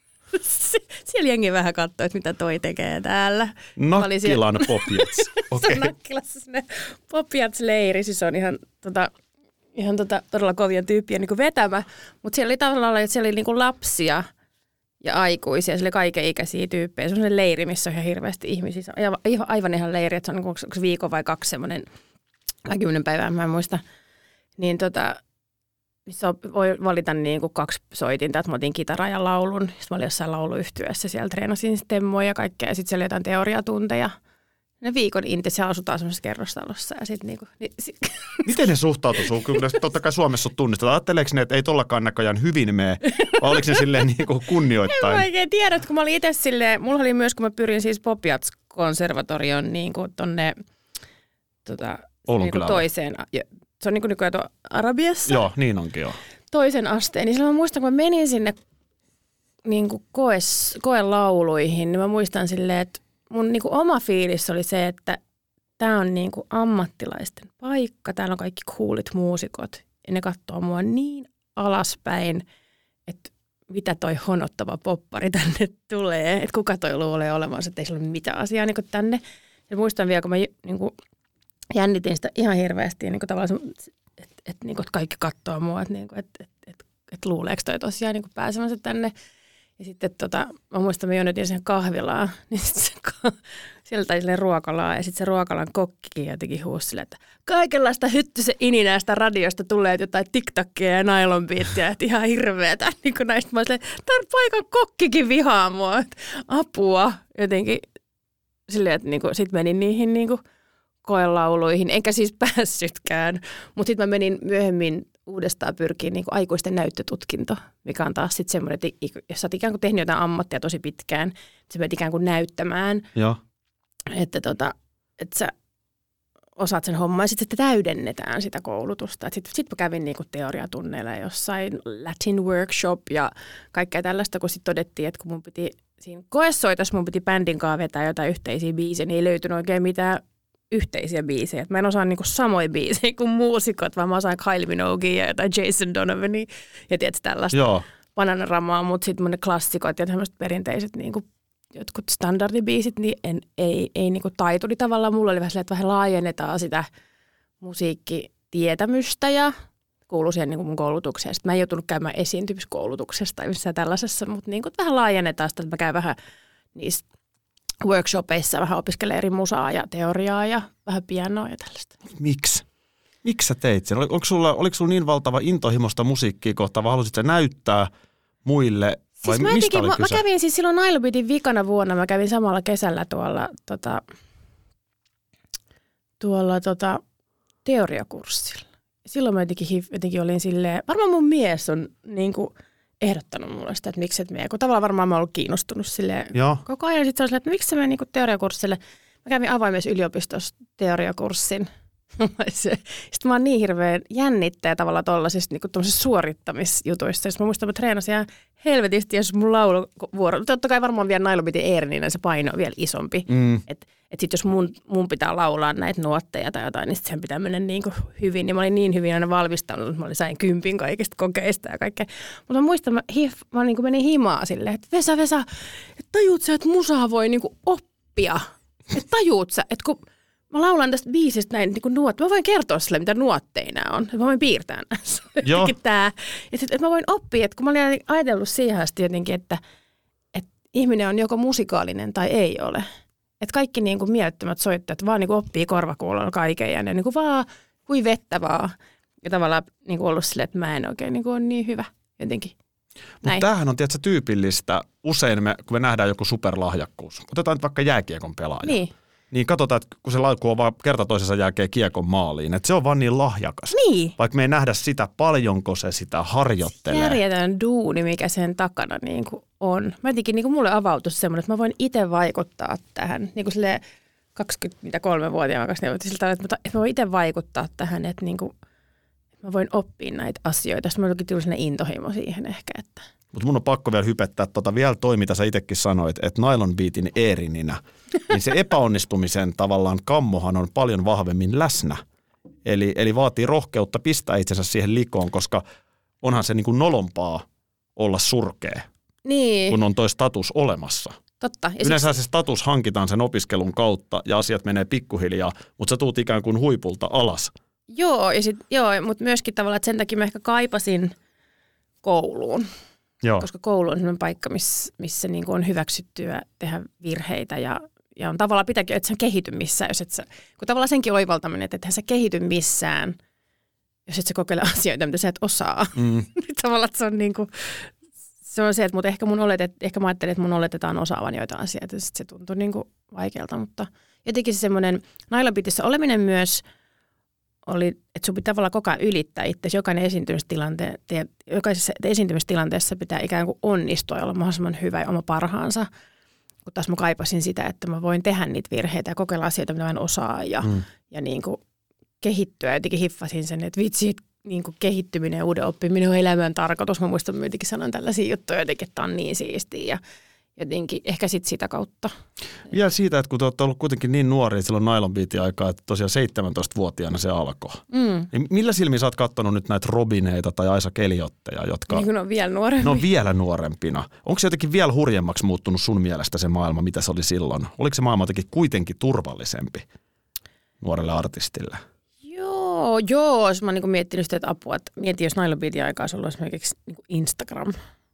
Siellä jengi vähän katsoi, että mitä toi tekee täällä. Nakkilan Pop-jats. Okay. Se on Nakkilassa sinne Pop-jats-leiri, siis on ihan, tota, ihan tota, todella kovia tyyppiä niin kuin vetämä. Mutta siellä oli tavallaan, että siellä oli niin kuin lapsia ja aikuisia, siellä oli kaikenikäisiä tyyppejä. Se on sellainen leiri, missä on ihan hirveästi ihmisiä. Aivan, aivan ihan leiri, että se on niin kuin, onko se viikko vai kaksi semmoinen, vai kymmenen päivää, mä en muista. Niin tota... missä voi valita niin kuin kaksi soitinta, että mä otin kitaraa ja laulun. Sitten mä olin jossain lauluyhtyössä, siellä treenasin stemmoja ja kaikkea. Ja sitten siellä oli jotain teoriatunteja. Ne viikon inti, siellä asutaan semmoisessa kerrostalossa. Ja sit niinku, niin, sit... Miten ne suhtautuu suun? Kyllä totta kai Suomessa tunnistetaan. Ajatteleeko ne, että ei tollakaan näköjään hyvin mene? Vai oliko ne silleen niin kuin kunnioittain? En mä oikein tiedä, että kun mä olin itse silleen, mulla oli myös, kun mä pyrin siis Pop-jats-konservatorion niin kuin tonne tota, niin kuin toiseen. Se on niin kuin nykyään tuo Arabiassa. Joo, niin onkin joo. Toisen asteen. Niin silloin mä muistan, kun mä menin sinne niin kuin koes, koelauluihin, niin mä muistan silleen, että mun niin kuin oma fiilis oli se, että tää on niin kuin ammattilaisten paikka. Täällä on kaikki coolit muusikot. Ja ne katsoo mua niin alaspäin, että mitä toi honottava poppari tänne tulee. Että kuka toi luulee olevansa, että ei sillä ole mitään asiaa niin kuin tänne. Ja muistan vielä, kun mä niin kuin jännitin sitä ihan hirveästi, niin kuin tavallaan, että et, niin et kaikki katsoo mua, että niin et, et, et, et luuleeko toi tosiaan niin pääsemänsä tänne. Ja sitten tota, mä muistan, mä jonotin sen kahvilaan, niin sitten se, siellä tai silleen ruokalaa, ja sitten se ruokalan kokkikin jotenkin huusi silleen, että kaikenlaista hyttysen ininäistä radiosta tulee jotain TikTokia ja nylon beattiä, että ihan hirveetä. Niin kuin näistä mä silleen, tämän paikan kokkikin vihaa mua, että apua. Jotenkin silleen, että niin sitten menin niihin niin kuin koelauluihin, enkä siis päässytkään, mutta sitten mä menin myöhemmin uudestaan pyrkiin niin kuin aikuisten näyttötutkinto, mikä on taas sitten semmoinen, että jos sä oot ikään kuin tehnyt jotain ammattia tosi pitkään, sä menet ikään kuin näyttämään, Joo. Että, tota, että sä osaat sen homman ja sitten täydennetään sitä koulutusta. Sitten sit mä kävin niin kuin teoriatunneilla jossain Latin workshop ja kaikkea tällaista, kun sitten todettiin, että kun mun piti siinä koessoitas, mun piti bändin kanssa vetää jotain yhteisiä biisejä, niin ei löytynyt oikein mitään yhteisiä biisejä. Mä en osaa niinku samoja biisejä kuin muusikot, vaan mä osaan Kylie Minoguea ja jotain Jason Donovania ja tietysti tällaista Joo. bananaramaa, mutta sitten mun ne klassikot ja tämmöiset perinteiset niinku, jotkut standardibiisit, niin en, ei, ei niinku taituli tavallaan. Mulla oli vähän silleen, että vähän laajennetaan sitä musiikkitietämystä ja kuului siihen niinku mun koulutukseen. Sitten mä en joutunut käymään esiintymiskoulutuksessa tai missään tällaisessa, mutta niinku vähän laajennetaan sitä, että mä käyn vähän niissä workshopeissa vähän opiskelee eri musaa ja teoriaa ja vähän pianoa ja tällaista. Miksi? Miksi sä teit sen? Oliko sulla, oliko sulla niin valtava intohimosta musiikkia kohtaan, vai halusit sä näyttää muille? Vai siis mä, mistä jotenkin, oli mä, kyse? mä kävin siis silloin Nylon Beatin vikana vuonna, mä kävin samalla kesällä tuolla, tota, tuolla tota, teoriakurssilla. Silloin mä jotenkin, jotenkin olin silleen, varmaan mun mies on niin kuin ehdottanut mulle sitä, että miksi et mene. Kun tavallaan varmaan mä oon ollut kiinnostunut silleen Joo. koko ajan. Sitten se oli silleen, että miksi sä menen niinku teoriakurssille. mä kävin avoimessa yliopistossa teoriakurssin. Sitten mä oon niin hirveän jännittäjä tavallaan tuollaisista niin suorittamisjutuista. Sitten mä muistan, että mä treenasin ihan helvetisti, jos mun lauluvuoro. Totta kai varmaan vielä Nailobitin Eerinin se paino on vielä isompi. Mm. Että et sitten jos mun, mun pitää laulaa näitä nuotteja tai jotain, niin sitten sen pitää mennä niin kuin hyvin. Niin mä olin niin hyvin aina valmistanut, että mä olin sain kympin kaikista kokeista ja kaikkea. Mutta mä muistan, mä, hif, mä niin kuin menin himaa silleen, että Vesa, Vesa, että tajuut sä, että musaa voi niin kuin oppia? Että tajuut sä, että kun mä laulan tästä biisistä näin niin kuin nuotteja. Mä voin kertoa sille, mitä nuotteja nämä on. Mä voin piirtää näissä. Joo. Tää. Ja sit, että mä voin oppia, että kun mä olin ajatellut siihen asti jotenkin, että, että ihminen on joko musikaalinen tai ei ole. Että kaikki niin kuin mielettömät soittajat vaan niin kuin oppii korvakuulolla kaiken ja ne niin kuin vaan kuin vettä vaan. Ja tavallaan niin kuin ollut silleen, että mä en oikein niin kuin ole niin hyvä jotenkin. Mutta tämähän on tietysti tyypillistä. Usein me, kun me nähdään joku superlahjakkuus. Otetaan nyt vaikka jääkiekon pelaaja. Niin. Niin katsotaan, että kun se laiku on vaan kerta toisensa jälkeen kiekon maaliin, että se on vaan niin lahjakas. Niin. Vaikka me ei nähdä sitä, paljonko se sitä harjoittelee. Järjetön duuni, mikä sen takana niin kuin on. Mä jotenkin, niin kuin mulle avautui semmoinen, että mä voin itse vaikuttaa tähän. Niin kuin silleen kaksikymmentäkolme-vuotiaana kaksikymmentäneljä, että mä voin itse vaikuttaa tähän, että, niin kuin, että mä voin oppia näitä asioita. Sitten mä jotenkin tullut sellainen intohimo siihen ehkä, että... Mutta mun on pakko vielä hypettää tota, vielä toi, mitä sä itsekin sanoit, että Nylon Beatin Eerininä, niin se epäonnistumisen tavallaan kammohan on paljon vahvemmin läsnä. Eli, eli vaatii rohkeutta pistää itsensä siihen likoon, koska onhan se niin kuin nolompaa olla surkea, niin. kun on toi status olemassa. Totta. Ja Yleensä sit... se status hankitaan sen opiskelun kautta ja asiat menee pikkuhiljaa, mutta sä tuut ikään kuin huipulta alas. Joo, ja sit, joo mutta myöskin tavallaan, että sen takia mä ehkä kaipasin kouluun. Joo. Koska koulu on sellainen paikka, missä, missä niin kuin on hyväksyttyä tehdä virheitä ja, ja on tavallaan pitääkin, että sä kehity missään. Jos et sä, kun tavallaan senkin oivaltaminen, että ethän sä kehity missään, jos et sä kokeile asioita, mitä sä et osaa. Mm. Tavallaan se on, niin kuin, se on se, että mut ehkä, mun oletet, ehkä mä ajattelin, että mun oletetaan osaavan joitain asioita. Ja se tuntui niin kuin vaikealta, mutta jotenkin se semmoinen Nylon Beatissä oleminen myös oli, että sun pitää tavallaan koko ajan ylittää itse. Jokainen esiintymistilante, jokaisessa esiintymistilanteessa pitää ikään kuin onnistua ja olla mahdollisimman hyvä ja oma parhaansa. Kun taas mä kaipasin sitä, että mä voin tehdä niitä virheitä ja kokeilla asioita, mitä mä en osaa ja, mm. ja niin kuin kehittyä. Jotenkin hiffasin sen, että vitsi, niin kuin kehittyminen ja uuden oppiminen on elämän tarkoitus. Mä muistan, että jotenkin sanon tällaisia juttuja jotenkin, että on niin siistiä ja jotenkin ehkä sitten sitä kautta. Vielä siitä, että kun te olette ollut kuitenkin niin nuoria silloin Nylon Beatin aikaa, että tosiaan seitsemäntoistavuotiaana se alkoi. Mm. Niin millä silmin sä oot katsonut nyt näitä Robineita tai Aisa Keliotteja, jotka... Niin kun on vielä nuorempia. Ne on vielä nuorempina. Onko se jotenkin vielä hurjemmaksi muuttunut sun mielestä se maailma, mitä se oli silloin? Oliko se maailma jotenkin kuitenkin turvallisempi nuorelle artistille? Joo, joo. Mä oon niin miettinyt sitä, että apua, että mietin, jos Nylon Beatin aikaa se on ollut esimerkiksi niin Instagram.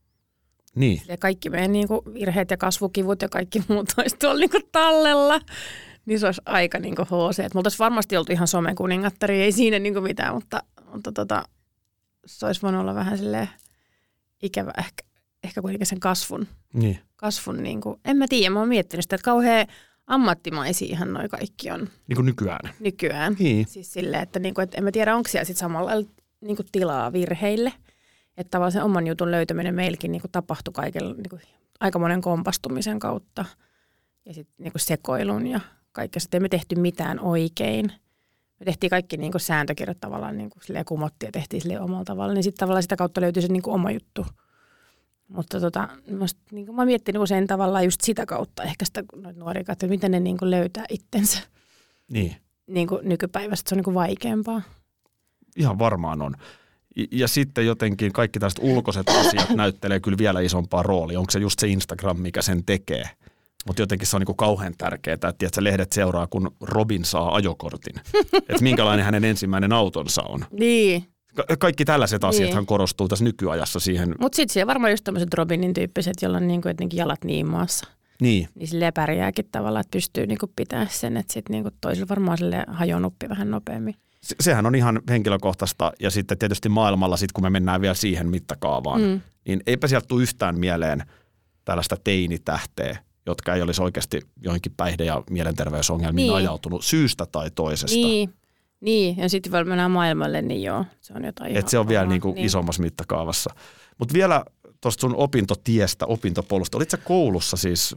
Niin. Ja kaikki meidän niin kuin virheet ja kasvukivut ja kaikki muut olisi tuolla niin kuin tallella. Niin se olisi aika niin kuin H C. Me oltaisiin varmasti oltu ihan somen kuningattari, ei siinä niin kuin mitään, mutta, mutta tota, se olisi voinut olla vähän silleen ikävä ehkä, ehkä kuitenkin sen kasvun. Niin. Kasvun niin kuin, en mä tiedä, mä oon miettinyt sitä, että kauhean ammattimaisia ihan noi kaikki on. Niin kuin nykyään. Nykyään. Niin. Siis silleen, että, niin kuin, että en mä tiedä, onko siellä sitten samalla niin kuin tilaa virheille. Että tavallaan sen oman jutun löytäminen meilläkin niin kuin tapahtui kaikella, niin kuin aika monen kompastumisen kautta ja sitten niin kuin sekoilun ja kaikkea. Sitten ei me tehty mitään oikein. Me tehtiin kaikki niin kuin sääntökirjat tavallaan niin kuin silleen kumottiin ja tehtiin silleen omalla tavalla. Niin sitten tavallaan sitä kautta löytyi se niin kuin oma juttu. Mutta tota, musta, niin kuin mä miettinyt usein tavallaan just sitä kautta ehkä sitä noita nuoria, että miten ne niin kuin löytää itsensä niin. Niin kuin nykypäivästä. Se on niin kuin vaikeampaa. Ihan varmaan on. Ja sitten jotenkin kaikki tällaiset ulkoiset asiat näyttelee kyllä vielä isompaa roolia. Onko se just se Instagram, mikä sen tekee? Mutta jotenkin se on niinku kauhean tärkeää, että tiedätkö, lehdet seuraa, kun Robin saa ajokortin. Että minkälainen hänen ensimmäinen autonsa on. Niin. Ka- kaikki tällaiset asiathan niin korostuu tässä nykyajassa siihen. Mutta sitten siellä varmaan just tämmöiset Robinin tyyppiset, joilla on niinku jotenkin jalat niin maassa. Niin. Niin silleen pärjääkin tavallaan, että pystyy niinku pitämään sen, että sitten niinku toisilla varmaan silleen hajonuppi vähän nopeammin. Sehän on ihan henkilökohtaista ja sitten tietysti maailmalla, sit kun me mennään vielä siihen mittakaavaan, mm. niin eipä sieltä tule yhtään mieleen tällaista teinitähteä, jotka ei olisi oikeasti johonkin päihde- ja mielenterveysongelmiin niin ajautunut syystä tai toisesta. Niin, niin. Ja sitten kun mennään maailmalle, niin joo, se on jotain ihan... Että se on vielä niin kuin niin. isommassa mittakaavassa. Mutta vielä tuosta sun opintotiestä, opintopolusta. Olit sä koulussa siis,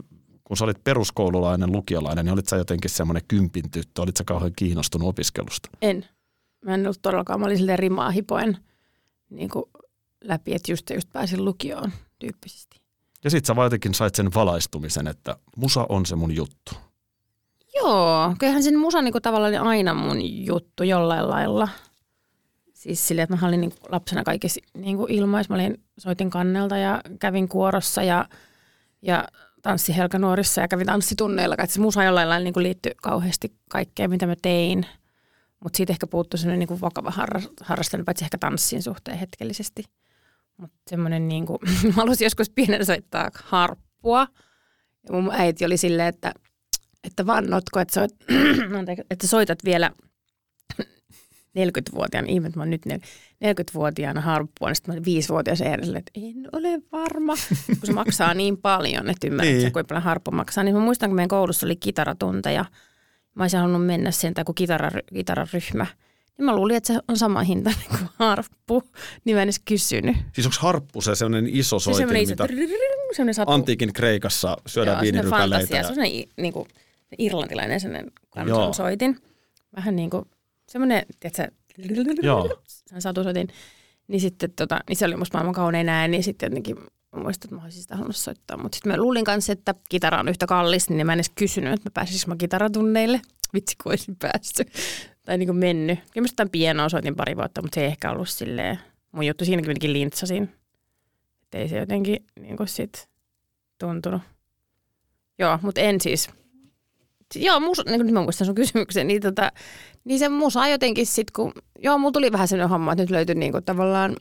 kun sä olit peruskoululainen, lukiolainen, niin olit sä jotenkin semmoinen kympin tyttö? Olit sä kauhean kiinnostunut opiskelusta? En. Mä en ollut todellakaan. Mä olin silleen rimaa hipoen niin kuin läpi, että just, just pääsin lukioon tyyppisesti. Ja sit sä vaan jotenkin sait sen valaistumisen, että musa on se mun juttu. Joo, kyllähän sen musa niin kuin tavallaan oli aina mun juttu jollain lailla. Siis silleen, että mä olin niin kuin lapsena kaikessa niin kuin ilmais. Mä olin, soitin kannelta ja kävin kuorossa ja, ja tanssin Helganuorissa ja kävin tanssitunneilla. Että se musa jollain lailla niin kuin liittyi kauheasti kaikkeen, mitä mä tein. Mutta siitä ehkä puuttui semmoinen niin kuin vakava harrastaminen, paitsi ehkä tanssin suhteen hetkellisesti. Mutta semmoinen niin kuin, mä halusin joskus pienen soittaa harppua. Ja mun äiti oli silleen, että, että vannotko, että, soit, että soitat vielä neljäkymmentävuotiaana, ihme, että mä oon nyt neljäkymmentävuotiaana harppua, niin sitten mä olin viisivuotias Eerille, että en ole varma, kun se maksaa niin paljon, että ymmärrät niin. Kuinka paljon harppu maksaa. Niin mä muistan, kun meidän koulussa oli kitaratunteja, mä olisin halunnut mennä sen, tai kun kitara, kitararyhmä, niin mä luulin, että se on sama hinta kuin harppu, niin mä en edes kysynyt. Siis onko harppu se sellainen iso soitin, se mitä iso, antiikin Kreikassa syödään viinirypäleitä? Joo, se on niin kuin irlantilainen sellainen kansan soitin. Vähän niin kuin semmoinen, tiedätkö, sen satusoitin. Niin sitten tota, niin se oli musta maailman kaunein ääni, niin sitten jotenkin mä muistan, että mä olisin sitä halunnut soittaa. Mutta sitten mä luulin kanssa, että kitara on yhtä kallis, niin mä en edes kysynyt, että mä pääsisin mä kitaratunneille. Vitsi, kun olisin päässyt. Tai niin kuin mennyt. Kyllä mä sitä pienoa soitin pari vuotta, mutta se ei ehkä ollut silleen. Mun juttu siinäkin jotenkin lintsasin. Että ei se jotenkin niin kuin sit tuntunut. Joo, mutta en siis. Joo, musa, niin kuin mä muistan sun kysymyksen, niin, tota, niin se musa jotenkin sitten, kun, joo, mulla tuli vähän sellainen homma, että nyt löytyi niin kuin tavallaan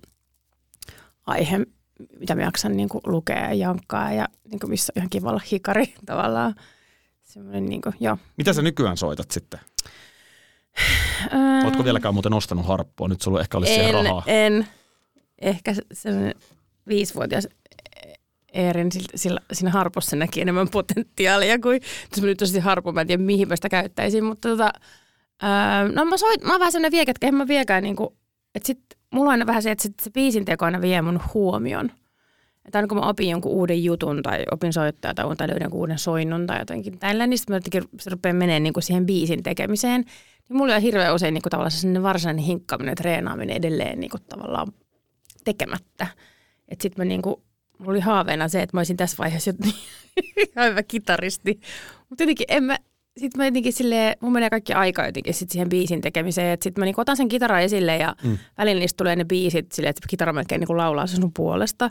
aihe, mitä mä jaksan niin kuin lukea ja jankkaa ja niin kuin missä on ihan kivalla hikari tavallaan. Semmoinen niin kuin, joo. Mitä sä nykyään soitat sitten? Öö, Ootko vieläkään muuten ostanut harppua? Nyt sulla ehkä olisi en, siihen rahaa. En, ehkä semmoinen viisivuotias Eerin sillä, siinä harpussa näki enemmän potentiaalia kuin, jos mä nyt olisin harppu, mä en tiedä mihin mä sitä käyttäisin, mutta tota, öö, no mä, soit, mä oon vähän semmoinen viekätkä, en mä viekään niinku, että sit mulla on aina vähän se, että sit se biisin teko aina vie mun huomion. Että aina kun mä opin jonkun uuden jutun tai opin soittaa tai, tai löydän jonkun uuden soinnun tai jotenkin tällä, niin sitten mä jotenkin se rupeaa menemään niinku siihen biisin tekemiseen. Niin mulla on hirveän usein niinku tavallaan sellainen varsinainen hinkkaaminen ja treenaaminen edelleen niinku tavallaan tekemättä. Että sitten mä niinku, mulla oli haaveena se, että mä olisin tässä vaiheessa ihan hyvä kitaristi. Mutta jotenkin en mä, sit mä jotenkin silleen, mun menee kaikki aika jotenkin sit siihen biisin tekemiseen. Että sit mä niinku otan sen kitaran esille ja mm. välillä niistä tulee ne biisit silleen, että kitara melkein niinku laulaa sen sun puolesta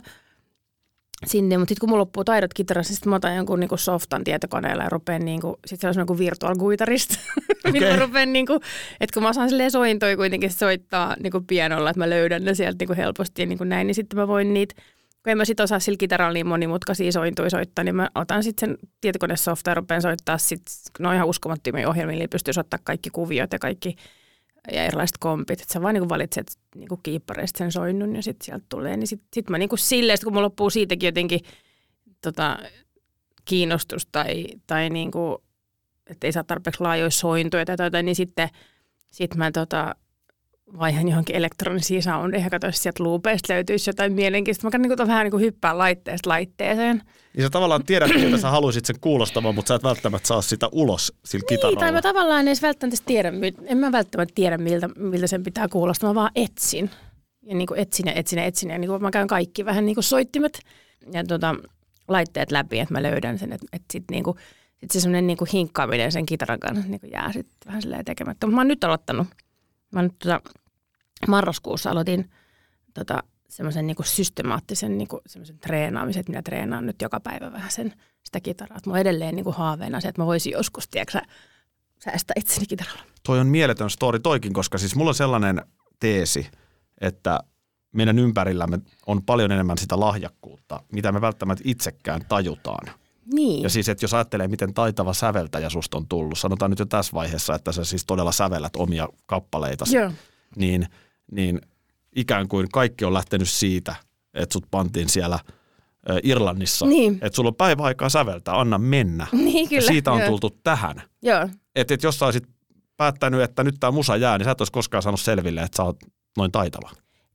sinne. Mutta sitten kun mulla loppuu taidot kitarassa, sitten mä otan jonkun niinku softan tietokoneella ja rupean niinku, sit se on joku virtual guitarist. Okay. Niin mä rupean niinku, että kun mä osaan silleen sointoja kuitenkin soittaa niinku pianolla, että mä löydän ne sieltä niinku helposti ja niinku näin, niin sitten mä voin niitä, kun en mä sit osaa sillä kitaralla niin monimutkaisia sointuja soittaa, niin mä otan sitten sen tietokonesofta ja rupean soittaa sitten, no ihan uskomattomia ohjelmia, niin pystyy soittaa kaikki kuviot ja kaikki ja erilaiset kompit. Että sä vaan niinku valitset niinku kiippareista sen soinnun ja sitten sieltä tulee. Niin sitten sit mä niinku silleen, kun mulla loppuu siitäkin jotenkin tota, kiinnostus tai, tai niinku, että ei saa tarpeeksi laajoja sointuja tai jotain, niin sitten sit mä tota, vaihan johonkin elektronisiin soundeihin, katsoin, jos sieltä loopeista löytyisi jotain mielenkiintoista. Mä käyn niinku vähän niinku hyppää laitteesta laitteeseen. Niin sä tavallaan tiedät, että sä haluaisit sen kuulostamaan, mutta sä et välttämättä saa sitä ulos sillä niin, kitaralla. Tai mä tavallaan en edes välttämättä tiedä, en mä välttämättä tiedä, miltä, miltä sen pitää kuulostaa. Mä vaan etsin. Ja niinku etsin ja etsin ja etsin. Ja niinku mä käyn kaikki vähän niinku soittimet ja tota, laitteet läpi, että mä löydän sen. Että et sitten niinku, sit se semmoinen niinku hinkkaaminen sen kitaran kanssa niinku jää sitten vähän silleen tekemättä. Mutta mä oon nyt aloittanut. Mä nyt tota, marraskuussa aloitin tota, semmoisen niinku systemaattisen niinku, semmoisen treenaamisen, että minä treenaan nyt joka päivä vähän sen, sitä kitaraa. Että mulla on edelleen niinku haaveena se, että mä voisin joskus, tiedätkö, säästää itseni kitaralla. Toi on mieletön story toikin, koska siis mulla on sellainen teesi, että meidän ympärillämme on paljon enemmän sitä lahjakkuutta, mitä me välttämättä itsekään tajutaan. Niin. Ja siis, että jos ajattelee, miten taitava säveltäjä susta on tullut, sanotaan nyt jo tässä vaiheessa, että sä siis todella sävellät omia kappaleitasi, Joo. niin, niin ikään kuin kaikki on lähtenyt siitä, että sut pantiin siellä ä, Irlannissa, niin. Että sulla on päiväaikaa säveltää, anna mennä. Niin, kyllä. Ja siitä on Joo. tultu tähän. Joo. Että et jos sä olisit päättänyt, että nyt tää musa jää, niin sä et olisi koskaan saanut selville, että sä oot noin taitava.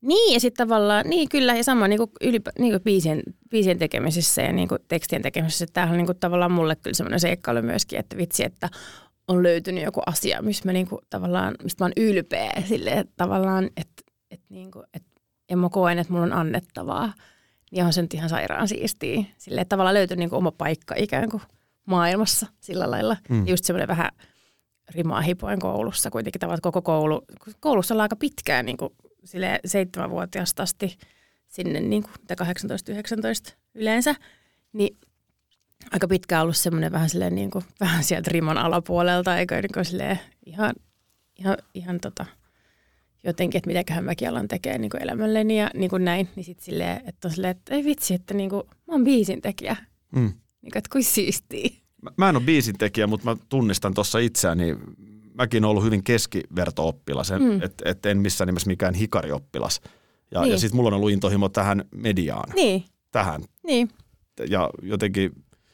Niin, ja sitten tavallaan, niin kyllä, ja sama niin kuin ylipä, niin kuin biisien, biisien tekemisessä ja niin kuin tekstien tekemisessä. Tämähän on niin kuin tavallaan mulle kyllä semmoinen seikkailu myöskin, että vitsi, että on löytynyt joku asia, missä mä niin kuin tavallaan, mistä mä oon ylpeä silleen, että tavallaan, että, että, niin kuin, että en mä koen, että mulla on annettavaa. Ja on se nyt ihan sairaan siistiä. Silleen, että tavallaan löytyy niin kuin oma paikka ikään kuin maailmassa sillä lailla. Mm. Just semmoinen vähän rimaa hipoin koulussa kuitenkin tavallaan koko koulu. Koulussa ollaan aika pitkään niin kuin silleen seitsemänvuotiaasta asti sinne niin kuin kahdeksantoista yhdeksäntoista yleensä. Niin aika pitkään ollut semmoinen vähän silleen niin kuin, vähän sieltä riman alapuolelta, eikä niin kuin silleen ihan, ihan, ihan tota, jotenkin, että mitäköhän mäkin alan tekee niin kuin elämälleni ja niin kuin näin. Niin sitten silleen, että on silleen, että ei vitsi, että niin kuin, mä oon biisintekijä. Mm. Niin kuin, että kuin siistiä. Mä, mä en ole biisintekijä, mutta mä tunnistan tuossa itseäni. Mäkin olen ollut hyvin keskiverto-oppilas, mm. että et en missään nimessä mikään hikarioppilas. Ja, niin. ja sitten mulla on ollut intohimo tähän mediaan. Niin. Tähän. Niin. Ja jotenkin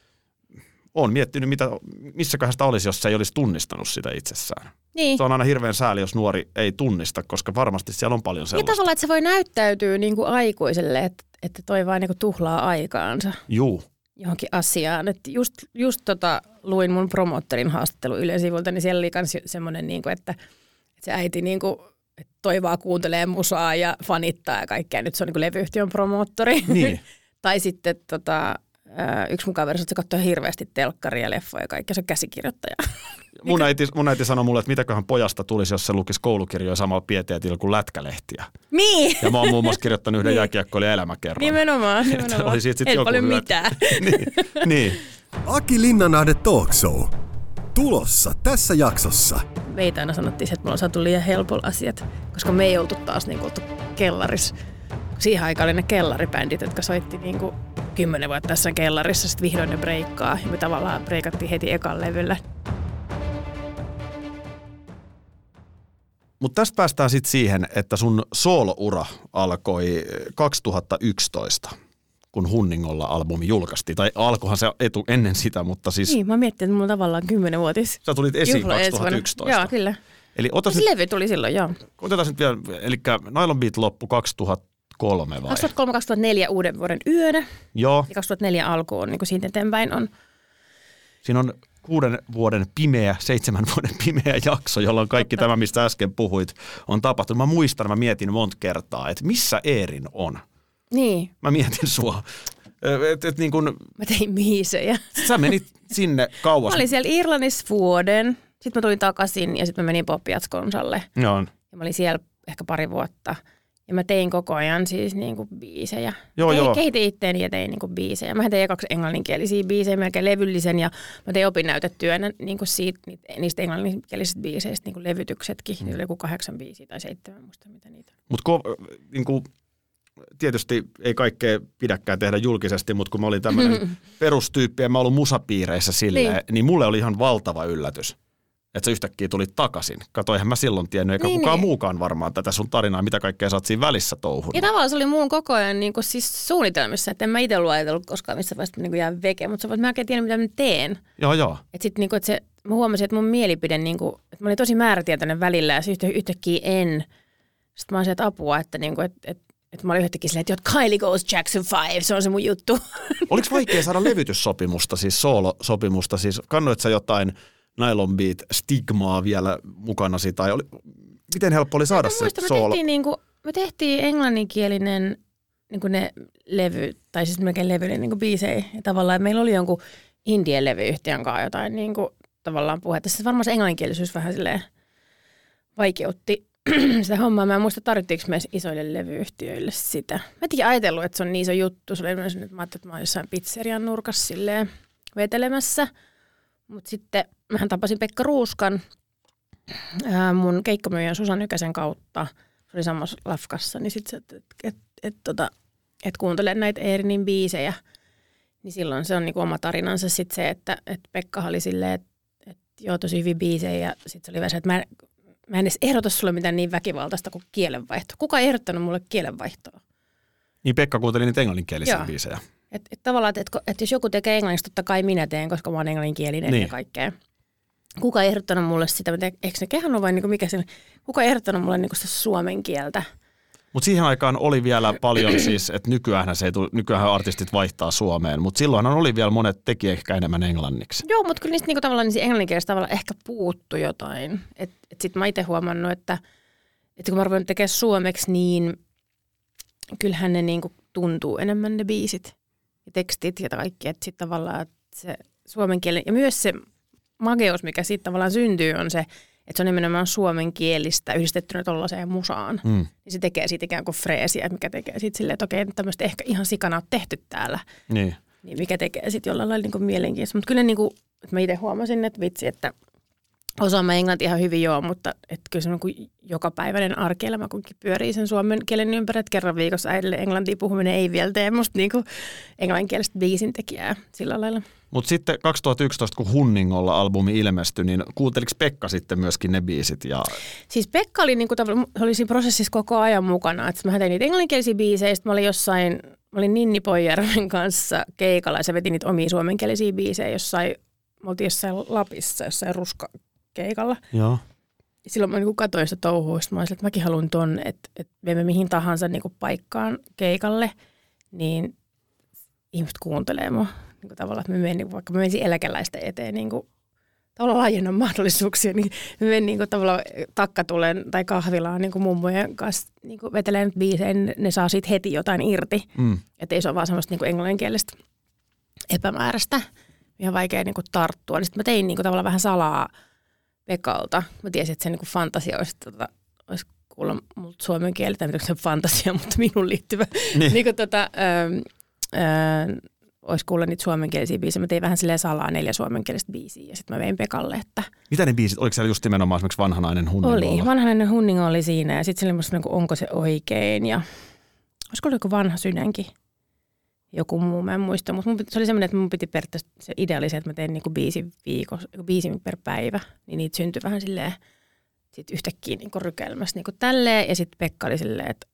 olen miettinyt, mitä, missäköhän sitä olisi, jos se ei olisi tunnistanut sitä itsessään. Niin. Se on aina hirveän sääli, jos nuori ei tunnista, koska varmasti siellä on paljon sellaista. Ja tavallaan, että se voi näyttäytyä niin kuin aikuiselle, että, että toi vaan niin kuin tuhlaa aikaansa. Juu. Johonkin asiaan. Että just, just tota, luin mun promoottorin haastattelu Ylen sivulta, niin siellä oli myös semmoinen, niin kuin, että, että se äiti niin kuin, että toi vaan kuuntelee musaa ja fanittaa ja kaikkea. Nyt se on niin kuin levyyhtiön promoottori. Niin. Tai sitten tota, yksi mun kaveri, että se katsoo hirveästi telkkaria ja leffoja ja kaikkea, se on käsikirjoittaja. Mun äiti, mun äiti sanoi mulle, että mitäköhän pojasta tulisi, jos se lukisi koulukirjoja samalla pieteetillä kuin lätkälehtiä. Niin. Ja mä oon muun muassa kirjoittanut yhden niin. jääkiekkoilijan elämäkerran. Nimenomaan, nimenomaan. Oli siitä sit ei joku paljon hyvä. mitään. niin, niin. Aki Linnanahde Talk Show. Tulossa tässä jaksossa. Meitä aina sanottiin, että mulla on saatu liian helpolla asiat, koska me ei oltu taas niin kuin oltu kellarissa. Siihen aikaan oli ne kellaribändit, jotka soitti niin kuin kymmenen vuotta tässä kellarissa, sitten vihdoin ne breikkaa. Ja me tavallaan breikattiin heti ekan levyllä. Mutta tästä päästään sitten siihen, että sun sooloura alkoi kaksituhattayksitoista, kun Hunningolla albumi julkaistiin. Tai alkohan se etu ennen sitä, mutta siis... Niin, mä miettin, että mulla on tavallaan kymmenvuotis. Sä tulit esiin kaksituhattayksitoista. Joo, kyllä. Eli otas se nyt, levy tuli silloin, joo. Otetaan nyt vielä, eli Nylon Beat loppui kaksituhattakolme vai? kaksituhattakolme kaksituhattaneljä uuden vuoden yönä. Joo. Ja kaksituhattaneljä alkuun, niin kuin siitä eteenpäin on. Siinä on kuuden vuoden pimeä, seitsemän vuoden pimeä jakso, jolloin kaikki Totta. Tämä, mistä äsken puhuit, on tapahtunut. Mä muistan, mä mietin monta kertaa, että missä Eerin on. Niin. Mä mietin sua. Et, et niin kun, mä tein biisejä. Sä menit sinne kauas. Mä olin siellä Irlannissa vuoden, sitten mä tulin takaisin ja sitten mä menin Pop Jazz-konsalle. Joo. Ja mä olin siellä ehkä pari vuotta. Ja mä tein koko ajan siis niinku biisejä. Joo, joo. Kehitin itteeni ja tein niinku biisejä. Mä tein kaksi englanninkielisiä biisejä, melkein levyllisen. Ja mä tein opinnäytetyönä niinku siitä, niistä englanninkielisistä biiseistä niinku levytyksetkin. Hmm. Niitä oli joku kahdeksan biisiä tai seitsemän, muista mitä niitä. Mutta niinku, tietysti ei kaikkea pidäkään tehdä julkisesti, mutta kun mä olin tämmöinen perustyyppi ja mä olin musapiireissä silleen, niin. niin mulle oli ihan valtava yllätys. Että sä yhtäkkiä tulit takaisin. Kato, eihän mä silloin tiennyt, eikä niin, kukaan niin. muukaan varmaan tätä sun tarinaa, mitä kaikkea sä oot siinä välissä touhunut. Ja tavallaan se oli muun koko ajan niin kuin siis suunnitelmissa, että en mä itse ollut ajatellut koskaan, missä vaiheessa niin jää veke, mutta sä voit mä oikein tiedä, mitä mä teen. Joo, joo. Että sitten niin kuin, että se, mä huomasin, että mun mielipide, niin kuin, että mä olin tosi määrätietoinen välillä ja sitten yhtäkkiä en. Sitten mä oon sieltä apua, että, niin kuin, että, että, että mä olin yhtäkkiä silleen, että Kylie Goes Jackson five, se on se mun juttu. Oliko vaikea saada levytyssopimusta, siis soolosopimusta, siis kannoit sä jotain Nylon Beat stigmaa vielä mukanasi, tai oli, miten helppo oli saada se muista, soolo? Me tehtiin, niin kuin, me tehtiin englanninkielinen niin kuin ne levy, tai siis melkein levyinen niin kuin biisejä, ja tavallaan meillä oli jonkun indien levyyhtiön kanssa jotain niin kuin, tavallaan puhetta. Se varmaan se englanninkielisyys vähän silleen vaikeutti sitä hommaa. Mä en muista, tarvittiinko me isoille levyyhtiöille sitä. Mä en tiedä ajatellut, että se on niin iso juttu. Se oli myös nyt, mä ajattelin, että mä oon jossain pizzerian nurkassa silleen vetelemässä. Mutta sitten mähän tapasin Pekka Ruuskan ää, mun keikkamyyjän Susan Nykäsen kautta. Se oli samassa lafkassa, niin sitten että et, et, et, tota, et kuuntele näitä Eerinin biisejä. Niin silloin se on niinku oma tarinansa sitten se, että et Pekka oli silleen, että et, joo tosi hyviä biisejä. Ja sitten se oli vähän se, että mä, mä en edes ehdota sulle mitään niin väkivaltaista kuin kielenvaihtoa. Kuka ei ehdottanut mulle kielenvaihtoa? Niin Pekka kuunteli niitä englanninkielisiä joo. biisejä. Että et tavallaan, että et, et jos joku tekee englanniksi, totta kai minä teen, koska mä oon englanninkielinen niin. ja kaikkea. Kuka ei ehdottanut mulle sitä, eikö ne kehannut vai niinku mikä se, kuka ei ehdottanut mulle niinku sitä suomen kieltä? Mutta siihen aikaan oli vielä paljon siis, että nykyään se ei tule, nykyään artistit vaihtaa Suomeen, mutta silloinhan oli vielä monet teki ehkä enemmän englanniksi. Joo, mutta kyllä niistä niinku tavallaan niin englanninkielistä tavalla ehkä puuttu jotain. Että et sitten mä itse huomannut, että, että kun mä rupean tekemään suomeksi, niin kyllähän ne niinku tuntuu enemmän ne biisit ja tekstit ja kaikki. Että sitten tavallaan että se suomen kielen ja myös se mageus, mikä siitä tavallaan syntyy, on se, että se on nimenomaan suomenkielistä yhdistettynä tuollaiseen musaan. Mm. Niin se tekee siitä ikään kuin freesiä, mikä tekee sitten silleen, että okei, tämmöistä ehkä ihan sikana on tehty täällä. Niin. Niin mikä tekee sitten jollain lailla niin kuin mielenkiintoista. Mutta kyllä niin kuin, että mä itse huomasin, että vitsi, että osaan mä englantia ihan hyvin joo, mutta että kyllä se on kuin jokapäiväinen arkielämä, kun pyörii sen suomen kielen ympäri, että kerran viikossa äidille englantia puhuminen ei vielä tee musta niin kuin englanninkielistä biisintekijää sillä lailla. Mutta sitten kaksituhattayksitoista, kun Hunningolla albumi ilmestyi, niin kuunteliko Pekka sitten myöskin ne biisit? Ja... Siis Pekka oli, niinku, oli siinä prosessissa koko ajan mukana. Et mä tein niitä englanninkielisiä biisejä, sitten mä olin jossain, mä olin Ninni Poijärven kanssa keikalla ja se veti niitä omia suomenkielisiä biisejä jossain, me oltiin jossain Lapissa, jossain ruskakeikalla. Joo. Silloin mä niinku katsoin sitä touhua, mä olisin, että mäkin haluan ton, että, että viemme mihin tahansa niinku paikkaan keikalle, niin ihmiset kuuntelee mua. Niin tavallaan, että mä menen, vaikka mä menisin eläkeläisten eteen niin kuin, tavallaan laajennan mahdollisuuksia, niin mä menen niin kuin, tavallaan takkatulen tai kahvilaan niin kuin mummojen kanssa niin kuin veteleen biisejä, niin ne saa siitä heti jotain irti. Mm. Että ei se ole vaan semmoista niin kuin englanninkielistä epämääräistä. Ihan vaikea niin kuin tarttua. Niin sitten mä tein niin kuin, tavallaan vähän salaa Pekalta. Mä tiesin, että se niin kuin fantasia olisi, tota, olisi kuulla multa suomen kieltä, mitä se fantasia, mutta minun liittyvä. Niin. niin kuin, tota, ähm, äh, olisi kuulla niitä suomenkielisiä biisejä. Mä tein vähän silleen salaa neljä suomenkielistä biisiä ja sitten mä vein Pekalle, että... Mitä ne biisit? Oliko siellä just nimenomaan esimerkiksi Vanhanainen Hunningo? Oli. Vanhanainen Hunningo oli siinä ja sitten se oli musta niin kuin, onko se oikein ja... Olisiko ollut joku Vanha sydänkin? Joku muu, mä en muista. Mutta se oli semmoinen, että mun piti periaatteessa... Se idea oli se, että mä tein niin kuin biisin viikossa, biisin per päivä. Niin niitä syntyi vähän silleen... Sitten yhtäkkiä niin kuin rykelmässä niin kuin tälleen ja sitten Pekka oli silleen, että...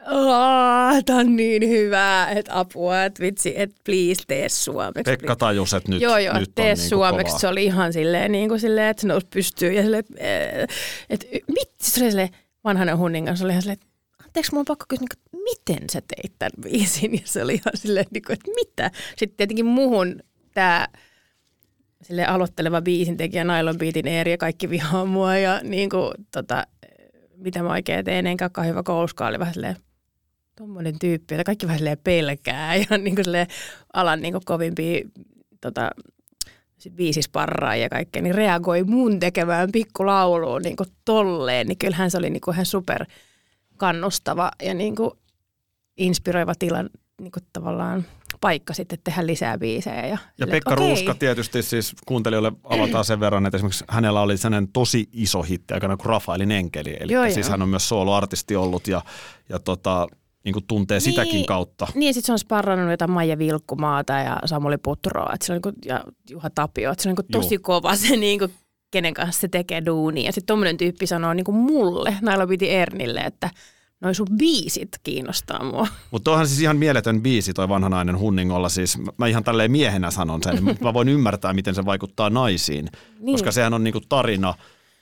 Tämä on niin hyvä, että apua, että vitsi, että please tee suomeksi. Pekka tajusi, että nyt, joo, joo, nyt tee on niin suomeksi. kovaa. Se oli ihan silleen, niin kuin silleen että se nousi pystyyn. Ja silleen, että vitsi, se oli silleen Vanhanen Hunningan. Se oli ihan silleen, että anteeksi, mulla on pakko kysyä, miten sä teit tämän biisin? Ja se oli ihan silleen, että mitä? Sitten tietenkin muuhun tämä silleen aloitteleva biisintekijä, Nylon Beatin Eeri ja kaikki vihaa mua. Ja niin kuin, tota, mitä mä oikein teen, enkä olekaan hyvä kouluskaan, oli vähän silleen, tommoinen tyyppi, että kaikki vähän silleen pelkää ja niin kuin silleen alan niin kuin kovimpia tota, biisisparraa ja kaikkea, niin reagoi mun tekemään pikkulauluun niin kuin tolleen, niin kyllähän se oli niin kuin ihan super kannustava ja niin kuin inspiroiva tila, niin kuin tavallaan paikka sitten tehdä lisää biisejä. Ja, ja sille, Pekka okei. Ruuska tietysti siis kuuntelijoille avataan sen verran, että esimerkiksi hänellä oli sellainen tosi iso hitti aikana kuin Rafaelin enkeli, eli Joo, siis joo. hän on myös sooloartisti ollut ja, ja tota, niin kuin tuntee niin, sitäkin kautta. Niin ja sitten se on sparrannut jotain Maija Vilkkumaata ja Samuli Putroa että se on niin kuin, ja Juha Tapio, että se on niin kuin tosi Juh. kova se, niin kuin, kenen kanssa se tekee duunia. Ja sitten tommoinen tyyppi sanoo niin kuin mulle, Nylon Beatin Ernille, että noi sun biisit kiinnostaa mua. Mutta onhan siis ihan mieletön biisi toi Vanhanainen Hunningolla. Siis mä ihan tälleen miehenä sanon sen, mutta mä voin ymmärtää, miten se vaikuttaa naisiin. Niin. Koska sehän on niinku tarina,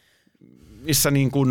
missä niinku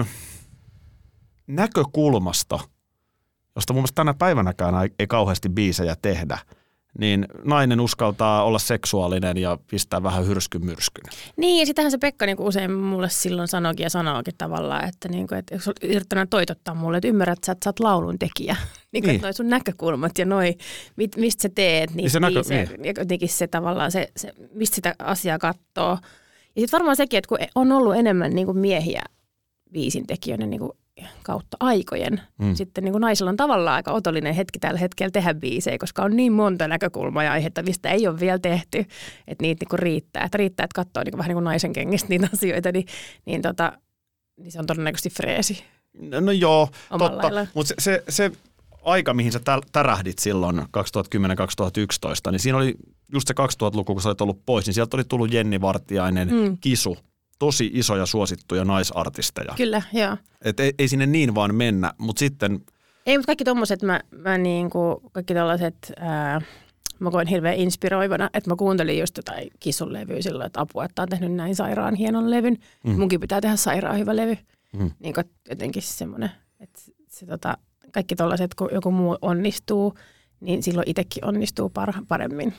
näkökulmasta, josta mun mielestä tänä päivänäkään ei, ei kauheasti biisejä tehdä, niin nainen uskaltaa olla seksuaalinen ja pistää vähän hyrskyn myrskyn. Niin, ja sitähän se Pekka niin kuin usein mulle silloin sanoikin ja sanookin tavallaan, että, niin kuin, että yrittänyt toitottaa mulle, että ymmärrät, että sä, että sä oot laulun tekijä. Niin, niin. Että noi sun näkökulmat ja noi, mit, mistä sä teet niitä niin biisejä. Näkö, niin. Ja jotenkin se tavallaan, se, se, mistä sitä asiaa katsoo. Ja sitten varmaan sekin, että kun on ollut enemmän niin kuin miehiä biisintekijöinä niin kuin kautta aikojen. Mm. Sitten niin kuin naisilla on tavallaan aika otollinen hetki tällä hetkellä tehdä biisejä, koska on niin monta näkökulmaa ja aihetta, mistä ei ole vielä tehty, että niitä niin kuin riittää. Että riittää, että katsoo niin kuin vähän niin kuin naisen kengistä niitä asioita, niin, niin, tota, niin se on todennäköisesti freesi. No, no joo, totta. Mutta se, se, se aika, mihin sä tärähdit silloin kaksituhattakymmenen kaksituhattayksitoista, niin siinä oli just se kaksituhattaluku, kun sä olet ollut pois, niin sieltä oli tullut Jenni Vartiainen, mm. Kisu. Tosi isoja suosittuja naisartisteja. Kyllä, joo. Et ei, ei sinne niin vaan mennä, mutta sitten... Ei, mutta kaikki tommoset, mä, mä niinku, kaikki tollaset, ää, mä koin hirveän inspiroivana, että mä kuuntelin just jotain Kisun levyä silloin, että apua, että on tehnyt näin sairaan hienon levyn. Mm. Munkin pitää tehdä sairaan hyvä levy. Mm. Niin kuin jotenkin semmoinen, että se tota, kaikki tollaiset, kun joku muu onnistuu, niin silloin itsekin onnistuu par- paremmin.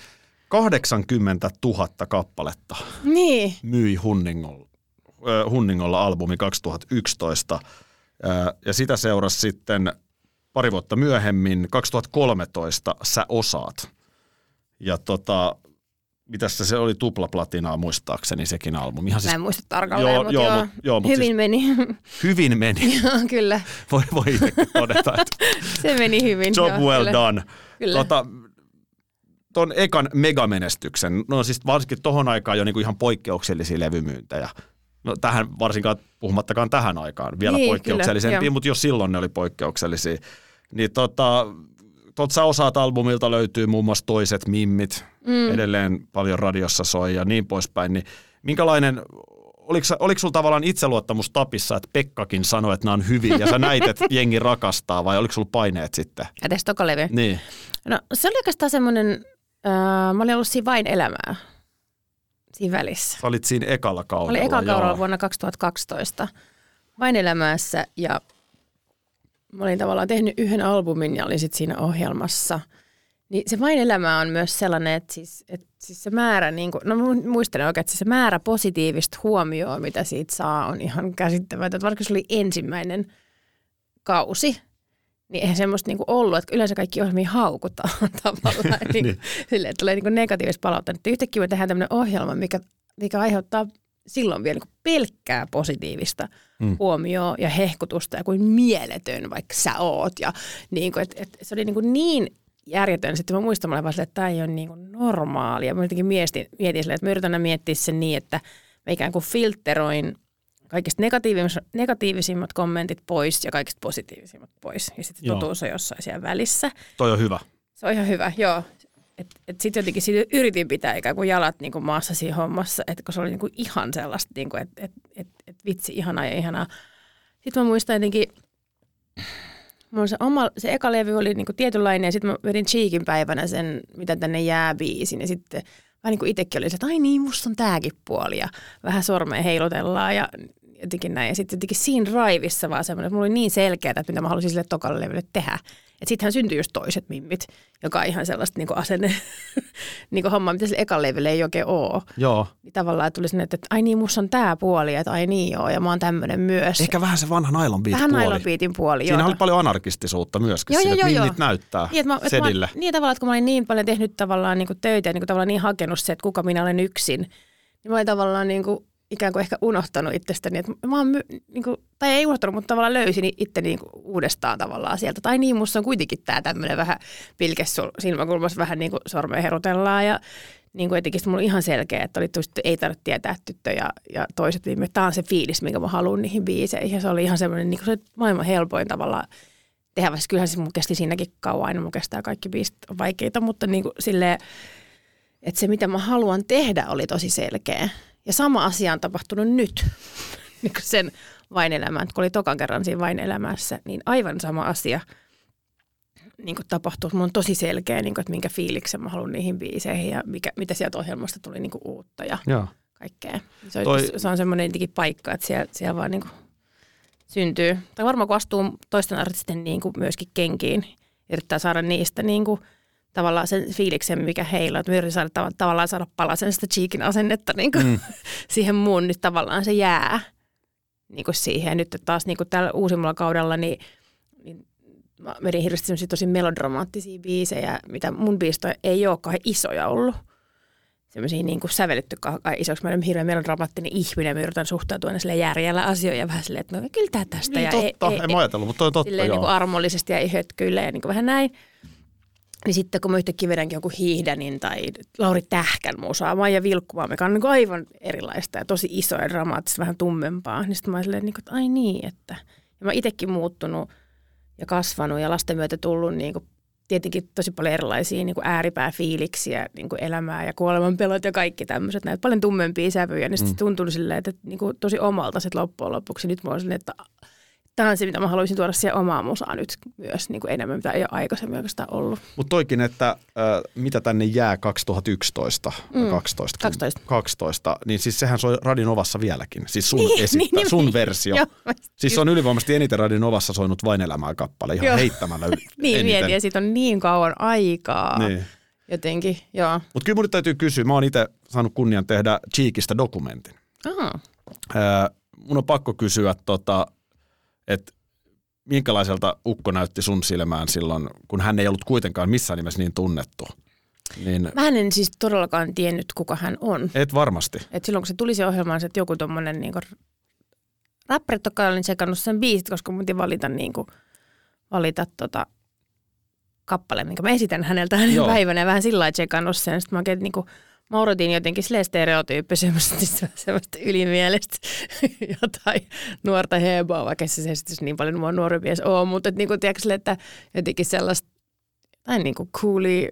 kahdeksankymmentätuhatta kappaletta niin. myi Hunningolla, äh, Hunningolla albumi kaksituhattayksitoista. Äh, ja sitä seurasi sitten pari vuotta myöhemmin, kaksituhattakolmetoista, Sä osaat. Ja tota, mitäs se, se oli tuplaplatinaa muistaakseni sekin albumi. Ihan siis, mä en muista tarkalleen, joo, mutta joo, joo, joo mut hyvin siis, meni. Hyvin meni. Joo, kyllä. Voi, voi itsekin todeta, että se meni hyvin. Job joo, well kyllä. done. Kyllä. Tota, ton ekan megamenestyksen, no siis varsinkin tohon aikaan jo niinku ihan poikkeuksellisia levymyyntejä. No tähän varsinkaan puhumattakaan tähän aikaan vielä niin, poikkeuksellisempia, mutta jo silloin ne oli poikkeuksellisia. Niin tota, tot Sä osaat albumilta löytyy muun muassa Toiset mimmit, mm. edelleen paljon radiossa soi ja niin poispäin. Niin minkälainen, oliko, oliko sulla tavallaan itseluottamus tapissa, että Pekkakin sanoi, että nämä on hyviä ja sä näit, että jengi rakastaa, vai oliko sulla paineet sitten? Edes toka levy? Niin. No se oli oikeastaan semmoinen, äh, mä olin ollut siinä Vain elämää siinä välissä. Sä olit siinä ekalla kaudella. Oli ekalla kaudella joo. vuonna kaksituhattakaksitoista Vain elämässä ja mä olin tavallaan tehnyt yhden albumin ja olin sitten siinä ohjelmassa. Niin se Vain elämä on myös sellainen, että siis, että siis se määrä, niin kuin, no muistelen oikein, että se määrä positiivista huomioon, mitä siitä saa, on ihan käsittämätöntä. Vaikka se oli ensimmäinen kausi, niin eihän semmoista niin kuin ollut, että yleensä kaikki ohjelmia haukutaan tavallaan. niin, niin. Silleen, että tulee niin kuin negatiivista palautetta. Että yhtäkkiä me tehdään tämmöinen ohjelma, mikä, mikä aiheuttaa silloin vielä niin pelkkää positiivista mm. huomioon ja hehkutusta ja kuin mieletön, vaikka sä oot. Ja niin kuin, että, että se oli niin, kuin niin järjetön. Sitten mä muistan, mä olin että tämä ei ole niin kuin normaalia. Mä jotenkin mietin, mietin silleen, että mä yritän miettiä sen niin, että mä ikään kuin filteroin kaikista negatiivisimmat kommentit pois ja kaikista positiivisimmat pois. Ja sitten totuus on jossain siellä välissä. Toi on hyvä. Se on ihan hyvä, joo. Että et sitten jotenkin siitä yritin pitää ikään kuin jalat niin kuin maassa siinä hommassa, että kun se oli niin kuin ihan sellaista, niin että et, et, et vitsi, ihanaa ja ihanaa. Sitten mä muistan jotenkin, mulla se, oma, se eka levy oli niin kuin tietynlainen ja sitten mä vedin Cheekin päivänä sen, mitä tänne jää biisin. Ja sitten vähän niin kuin itsekin oli se, että ai niin, musta on tääkin puoli ja vähän sormeen heilutellaan ja jotenkin näin. Ja sitten jotenkin siinä raivissa vaan semmoinen, että mulla oli niin selkeää, että mitä mä halusin sille tokalle levylle tehdä. Että sittenhän syntyi just Toiset mimmit, joka on ihan sellaista niinku asenne, niinku hommaa, mitä sille ekan levylle ei oikein ole. Joo. Niin tavallaan tuli sinne, että ai niin, musta on tää puoli, että ai niin joo, ja mä oon tämmönen myös. Ehkä vähän se vanha Nylon Beat vähän puoli. Nylon Beatin puoli, Siinä joo. oli paljon anarkistisuutta myöskin joo, siinä, joo, että joo, mimmit näyttää niin, mä, sedille. Mä, niin tavallaan, että kun mä olin niin paljon tehnyt tavallaan niinku töitä ja niinku tavallaan niin hakenut se, että kuka minä olen yksin, niin mä olin tavallaan niinku ikään kuin ehkä unohtanut itsestäni, että mä oon, niin kuin, tai ei unohtanut, mutta tavallaan löysin itteni niin uudestaan tavallaan sieltä. Tai niin, musta on kuitenkin tää tämmöinen vähän pilkes silmäkulmassa, vähän niin kuin sormeen herutellaan ja niin kuin jotenkin mulla on ihan selkeä, että oli tuosta, ei tarvitse tietää tyttö ja, ja Toiset viime. Tää on se fiilis, minkä mä haluan niihin biiseihin ja se oli ihan semmoinen niin kuin se maailman helpoin tavallaan tehdä, vaikka kyllähän se mun kesti siinäkin kauan, aina mun kestää kaikki biisit on vaikeita, mutta niin kuin silleen, että se mitä mä haluan tehdä oli tosi selkeä. Ja sama asia on tapahtunut nyt, niin kuin sen Vain elämään. Kun oli tokan kerran siinä Vain elämässä, niin aivan sama asia niin kuin tapahtuu. Mulla on tosi selkeä, niin kuin, että minkä fiiliksen mä haluan niihin biiseihin ja mikä, mitä sieltä ohjelmasta tuli niin kuin uutta ja Joo. kaikkea. Se on, Toi... se on semmoinen paikka, että siellä, siellä vaan niin kuin syntyy. Tai varmaan kun astuu toisten artistien niin kuin myöskin kenkiin, yrittää saada niistä niin kuin tavallaan sen fiiliksen, mikä heillä on. Mä yritin saada tav- tavallaan saada palasen sitä Cheekin asennetta niin kuin mm. siihen muun. Nyt tavallaan se jää niin kuin siihen. Ja nyt taas niin kuin tällä uusimmalla kaudella, niin, niin mä vedin hirveästi sellaisia tosi melodramaattisia biisejä, mitä mun biisistä ei ole kauhean isoja ollut. Sellaisia niin kuin sävelletty kauhean isoksi. Mä olen hirveän melodramaattinen ihminen. Mä yritän suhtautua aina silleen järjellä asioihin ja vähän silleen, että no kyllä tää tästä. Niin ja totta, ei, en mä ajatellut, mutta toi on totta, silleen, joo. niin kuin armollisesti ja ei hötkyillä ja niin kuin vähän näin. Niin sitten kun mä yhtäkkiä vedänkin joku Hiihdänin tai Lauri Tähkän musaamaan ja vilkkumaan, mikä on niin kuin aivan erilaista ja tosi isoa ja dramaattista, vähän tummempaa. Niin sitten mä olin silleen, että ai niin, että... Ja mä oon itsekin muuttunut ja kasvanut ja lasten myötä tullut niin kuin tietenkin tosi paljon erilaisia niin kuin ääripääfiiliksiä, niin kuin elämää ja kuolemanpelot ja kaikki tämmöiset. Näitä paljon tummempia sävyjä. Niin sitten mm. se tuntuu silleen, että niin kuin tosi omalta sit loppujen lopuksi. Nyt mä oon silleen, että tämä on se, mitä mä haluaisin tuoda siihen omaa musaa nyt myös niin kuin enemmän, mitä ei ole aikaisemmin oikeastaan ollut. Mutta toikin, että äh, mitä tänne jää kaksituhattayksitoista, Mm. kaksitoista, kaksitoista. kaksitoista, niin siis sehän soi Radinovassa vieläkin. Siis sun Niin, esittä, niin, sun niin. versio. Joo, Siis se on ylivoimaisesti eniten Radinovassa soinut Vain elämää kappale, ihan Joo. heittämällä yli, Niin eniten. mietin, ja siitä on niin kauan aikaa Niin. jotenkin, joo. Mutta kyllä mun nyt täytyy kysyä, mä oon itse saanut kunnian tehdä Cheekistä dokumentin. Aha. Öö, mun on pakko kysyä, tota, että minkälaiselta ukko näytti sun silmään silloin, kun hän ei ollut kuitenkaan missään nimessä niin tunnettu. Niin Mä en siis todellakaan tiennyt, kuka hän on. et varmasti. Et silloin kun se tuli se ohjelmaan, että joku tommonen niinku räppärit tokaan olin tsekannut sen biisit, koska mun piti valita, niinku, valita tota, kappaleen, minkä mä esitän häneltä hänen Joo. päivänä ja vähän sillä lailla tsekannut sen. Sitten mä oikein niinku, mä odotin jotenkin silleen stereotyyppisesti semmoista ylimielistä jotain nuorta hebaa, vaikka se siis niin paljon mua nuori mies on, mutta et niinku, tiedätkö silleen, että jotenkin sellaista jotain niinku coolia,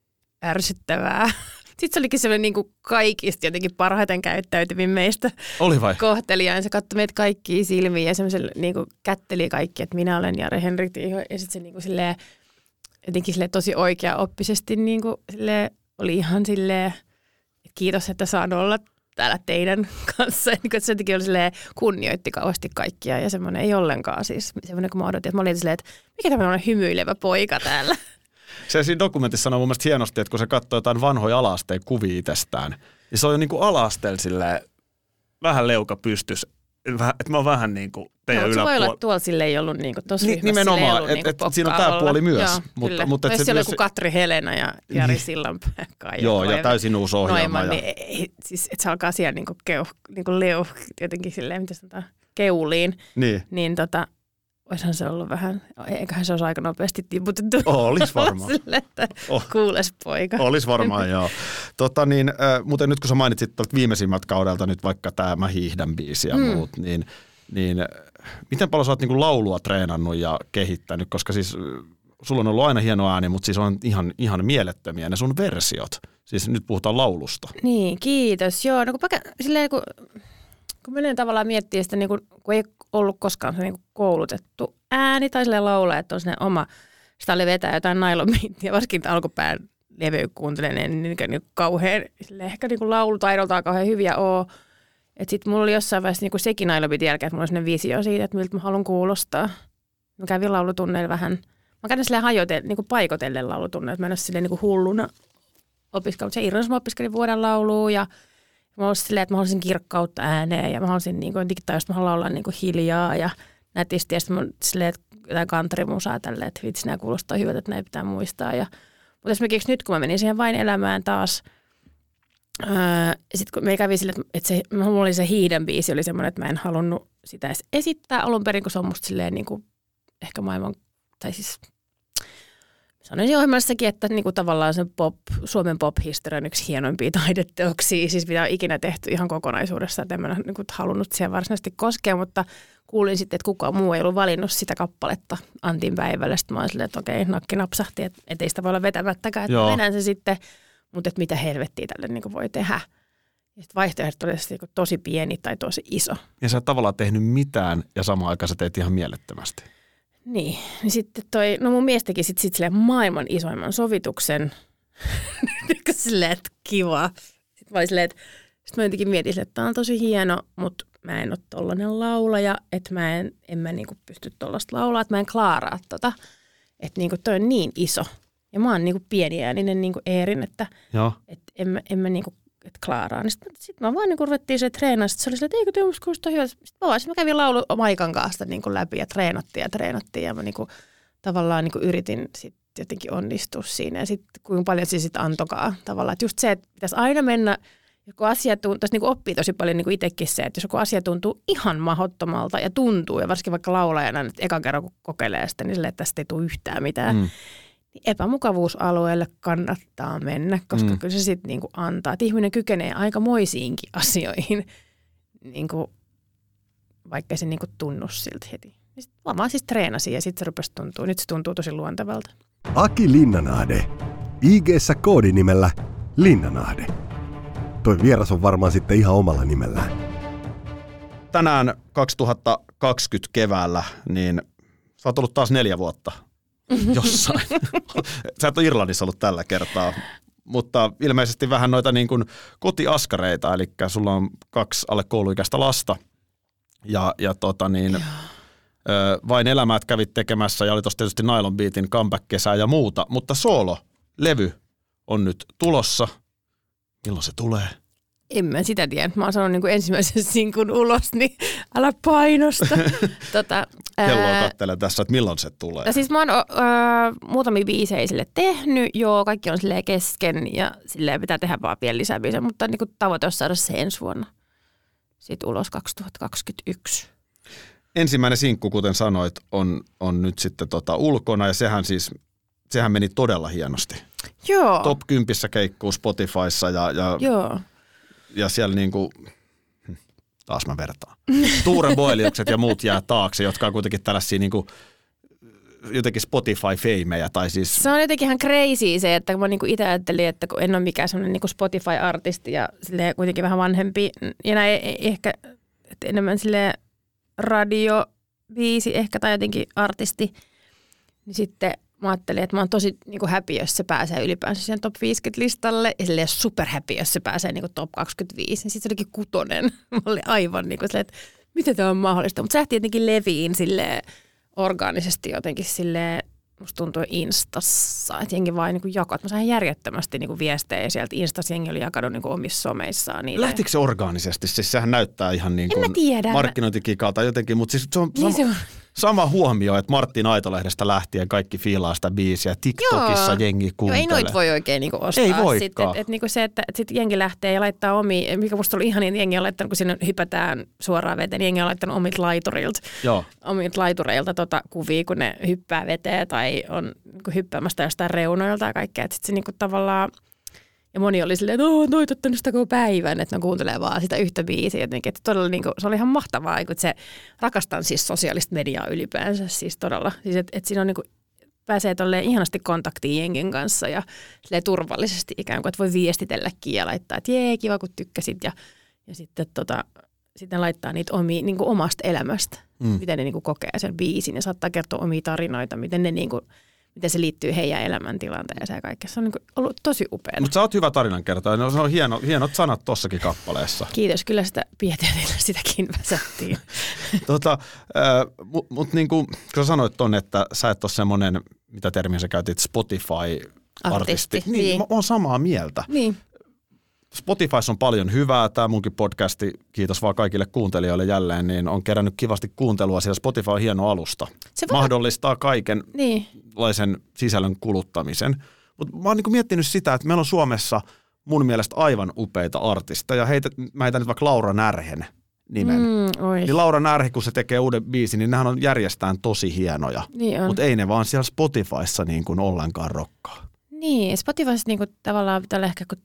ärsyttävää. Sitten se olikin semmoinen niin kuin kaikista jotenkin parhaiten käyttäytyvin meistä Oli vai? kohtelijain. Se katsoi meitä kaikkia silmiin ja semmoiselle niin kuin kätteli kaikki, että minä olen Jari Henrik Tiiho. Ja sitten se niin kuin silleen, jotenkin silleen tosi oikeaoppisesti niin kuin silleen, oli ihan silleen, että kiitos, että saan olla täällä teidän kanssa. Niin kuin, että se jotenkin oli silleen, kunnioitti kauheasti kaikkia ja semmoinen ei ollenkaan siis. Semmoinen, kun mä odotin, että mä olin silleen, että mikä tämmöinen hymyilevä poika täällä. Se siinä dokumentissa sanoo mun mielestä hienosti, että kun se katsoo jotain vanhoja ala-asteen kuvia itsestään, niin se on jo niin kuin ala-asteella silleen vähän leuka pystys. Että mä oon vähän niin kuin teidän no, yläpuolella. Se voi olla, että tuolla sille ei ollut niin kuin, tossa Ni, ryhmässä nimenomaan, ollut että niin et, siinä on tämä puoli myös. Joo, mutta, mutta, mutta et et se siellä myös, joku Katri Helena ja Jari Sillanpää. joo, ja täysin uusi ohjelma. Noiman, Ja niin, ei, siis, että se alkaa siellä niin kuin, keu, niin kuin leu, jotenkin silleen, mitä sanotaan, keuliin. niin. Niin tota, oishan se ollut vähän, eiköhän se olisi aika nopeasti tiputettu. Oh, olis varmaan. Sille, että Oh. kuules poika. Olisi varmaan, joo. Tota, niin, äh, mutta nyt kun sä mainitsit tuolta viimeisimmältä kaudelta nyt vaikka tämä Mä hiihdän biisi ja mm. muut, niin, niin äh, miten paljon sä oot niinku laulua treenannut ja kehittänyt? Koska siis äh, sulla on ollut aina hieno ääni, mutta siis on ihan, ihan mielettömiä ne sun versiot. Siis nyt puhutaan laulusta. Niin, kiitos. Joo, no kun, päkä, silleen, kun, kun menen tavallaan miettimään sitä, niin kun, kun ei ollut koskaan se niin kuin koulutettu ääni tai silleen laulaa, että on sinne oma, sitä oli vetää jotain nailomiittiä, varsinkin alkupään levy kuuntelen, niin, niin, niin kauhean, silleen, ehkä niin laulutaidoltaan kauhean hyviä oo. Että sitten mulla oli jossain vaiheessa niin sekin nailomiitin jälkeen, että mulla oli sellainen visio siitä, että miltä mä haluan kuulostaa. Mä kävin laulutunneilla vähän, mä kävin silleen hajotellen, niin paikotellen laulutunneilla, että mä en ole silleen niin hulluna opiskellut. Se Irronnassa mä opiskelin vuoden laulua ja mä olisin silleen, että mä haluaisin kirkkautta ääneen ja mä haluaisin niin kuin digitaista, mä haluan olla niin kuin hiljaa ja nätisti. Ja sitten mä silleen, että jotain kantrimusaa tälleen, että vitsi, nämä kuulostaa hyvältä, että näin pitää muistaa. Ja, mutta esimerkiksi nyt, kun mä menin siihen Vain elämään taas, ää, sitten kun me kävi silleen, että se, mulla oli se hiiden biisi, oli semmoinen, että mä en halunnut sitä edes esittää alun perin, kun se on musta silleen niin kuin ehkä maailman, tai siis sanoisin ohjelmassakin, että niinku tavallaan se pop, Suomen pop-historian yksi hienoimpia taideteoksia, siis mitä on ikinä tehty ihan kokonaisuudessa, että en mä niinku halunnut siihen varsinaisesti koskea, mutta kuulin sitten, että kukaan muu ei ollut valinnut sitä kappaletta Antin päivällä. Sitten mä olin silleen, että okei, nakki napsahti, että et ei sitä voi olla vetämättäkään, että vedän se sitten, mutta että mitä helvettiä tälle niinku voi tehdä. Ja sitten vaihtoehdot oli niinku tosi pieni tai tosi iso. Ja sä et tavallaan tehnyt mitään ja samaan aikaan sä teet ihan mielettömästi. Niin, niin sitten toi, no mun mies teki sitten sit silleen maailman isoimman sovituksen. Silleen, että kiva. Sitten mä olin silleen, että sit mä jotenkin mietin silleen, että tää on tosi hieno, mutta mä en ole tollanen laulaja, että mä en, en mä niinku pysty tollasta laulaa, että mä en klaaraa tota. Että niinku toi on niin iso. Ja mä oon niinku pieniääninen niinku Eerin, että et en mä, en mä niinku että klaaraa. Sitten sit mä vaan niinku ruvettiin se treenaa. Sitten se oli silleen, että eikö teillä kuulostaa hyvältä. Sitten mä, vaan, sit mä kävin laulu Maikan kanssa niinku läpi ja treenattiin ja treenattiin. Ja mä niinku, tavallaan niinku yritin sit jotenkin onnistua siinä. Ja sitten kuinka paljon se sitten antokaa tavallaan. Että just se, että pitäisi aina mennä, joku asia tuntuu, tässä niinku oppii tosi paljon niinku itsekin se, että jos joku asia tuntuu ihan mahdottomalta ja tuntuu, ja varsinkin vaikka laulajana, että ekan kerran kun kokeilee sitä, niin silleen, että tästä ei tule yhtään mitään. Mm. Niin epämukavuusalueelle kannattaa mennä, koska mm. kyllä se sitten niinku antaa. Että ihminen kykenee aikamoisiinkin asioihin, niinku, vaikka se niinku tunnu siltä heti. Mä vaan siis treenasin ja sitten se rupesi tuntua. Nyt se tuntuu tosi luontevalta. Aki Linnanahde. I G:ssä koodinimellä Linnanahde. Toi vieras on varmaan sitten ihan omalla nimellään. tänään kaksituhattakaksikymmentä keväällä, niin sä oot ollut taas neljä vuotta jossain. Sä et ole Irlannissa ollut tällä kertaa, mutta ilmeisesti vähän noita niin kuin kotiaskareita, eli sulla on kaksi alle kouluikäistä lasta ja, ja tota niin, ö, vain elämät kävit tekemässä ja oli tossa tietysti Nylon Beatin comeback-kesää ja muuta, mutta soolo-levy on nyt tulossa. Milloin se tulee? En mä sitä tiedä. Mä oon sanonut niin kuin ensimmäisen sinkun ulos, niin älä painosta. tota, Kelloa katselen tässä, että milloin se tulee. Ja siis mä oon ö, muutamia biisejä sille tehnyt, joo, kaikki on silleen kesken ja silleen pitää tehdä vaan pieni lisää biisejä, mutta niin kuin tavoite on saada se ensi vuonna sitten ulos kaksituhattakaksikymmentäyksi. Ensimmäinen sinkku, kuten sanoit, on, on nyt sitten tota ulkona ja sehän siis, sehän meni todella hienosti. Joo. Top kymmenen keikkuu Spotifyssa ja, ja, joo. ja siellä niinku, taas mä vertaan, Tuure Boeliukset ja muut jää taakse, jotka on kuitenkin tällaisia niinku, jotenkin Spotify-feimejä. Tai siis... Se on jotenkin ihan crazy se, että mä niinku itse ajattelin, että kun en ole mikään sellainen niinku Spotify-artisti ja silleen kuitenkin vähän vanhempi ja näin ehkä että enemmän silleen radiobiisi ehkä tai jotenkin artisti, niin sitten mä ajattelin, että mä oon tosi niinku happy, jos se pääsee ylipäänsä siihen top viisikymmentä-listalle ja silleen super happy, jos se pääsee niinku top kaksikymmentäviisi. Ja sitten se olikin kutonen. Mä olin aivan niinku silleen, että miten tämä on mahdollista. Mutta se lähti jotenkin leviin silleen orgaanisesti jotenkin silleen, musta tuntuu Instassa, että jengi vaan niinku jakoi. Mä sain järjettömästi niinku viestejä sieltä Instassa, jengi oli jakanut niinku omissa someissaan. Niille. Lähtikö se orgaanisesti? Siis sehän näyttää ihan niin kuin markkinointikikalta jotenkin, mutta siis se on, niin sama, se on sama huomio, että Martin Aitolehdestä lähtien kaikki fiilaa sitä biisiä. TikTokissa Joo. jengi kuuntelee. Joo, ei noit voi oikein niinku ostaa. Ei voikaan. Sitten, et, et, niinku se, että et sit jengi lähtee ja laittaa omia, mikä musta oli ihan niin, jengi on laittanut, kun sinne hypätään suoraan veteen, niin jengi on laittanut omit laiturilta, Joo. omit laitureilta tota kuvia, kun ne hyppää veteen tai on niinku hyppäämästä jostain reunoilta ja kaikkea. Sitten se niinku tavallaan, ja moni oli silleen, että oon toitottanut sitä koko päivän, että ne kuuntelee vaan sitä yhtä biisiä jotenkin. Että todella niinku, se oli ihan mahtavaa, että se rakastan siis sosiaalista mediaa ylipäänsä, siis todella. Siis että et siinä on niinku, pääsee tolleen ihanasti kontaktiin jengin kanssa ja turvallisesti ikään kuin, että voi viestitelläkin ja laittaa, että jee, kiva kun tykkäsit ja, ja sitten tota, sitten laittaa niitä omia, niin kuin omasta elämästä, mm. miten ne niin kuin kokee sen biisin ja saattaa kertoa omia tarinoita, miten, ne niin kuin, miten se liittyy heidän elämäntilanteeseen ja kaikkea. Se on niin kuin ollut tosi upeaa. Mutta sä oot hyvä tarinankertoja, no, se on hieno, hienot sanat tossakin kappaleessa. Kiitos, kyllä sitä pietetiellä sitäkin väsättiin. tota, äh, Mutta mut niin kuin kun sä sanoit ton, että sä et ole semmoinen, mitä termiä sä käytit, Spotify-artisti. Artisti, niin, niin. Mä oon samaa mieltä. Niin. Spotifyssa on paljon hyvää. Tämä munkin podcasti, kiitos vaan kaikille kuuntelijoille jälleen, niin on kerännyt kivasti kuuntelua. Siellä Spotify on hieno alusta. Se voi... mahdollistaa kaikenlaisen niin. sisällön kuluttamisen. Mutta mä oon niinku miettinyt sitä, että meillä on Suomessa mun mielestä aivan upeita artisteja. Heitä, mä heitän nyt vaikka Laura Närhen nimen. Mm, niin Laura Närhi, kun se tekee uuden biisin, niin nehän on järjestään tosi hienoja. Niin mutta ei ne vaan siellä Spotifyssa niin kuin ollenkaan rokkaa. Niin, Spotifyssa niin kuin tavallaan pitää olla ehkä kun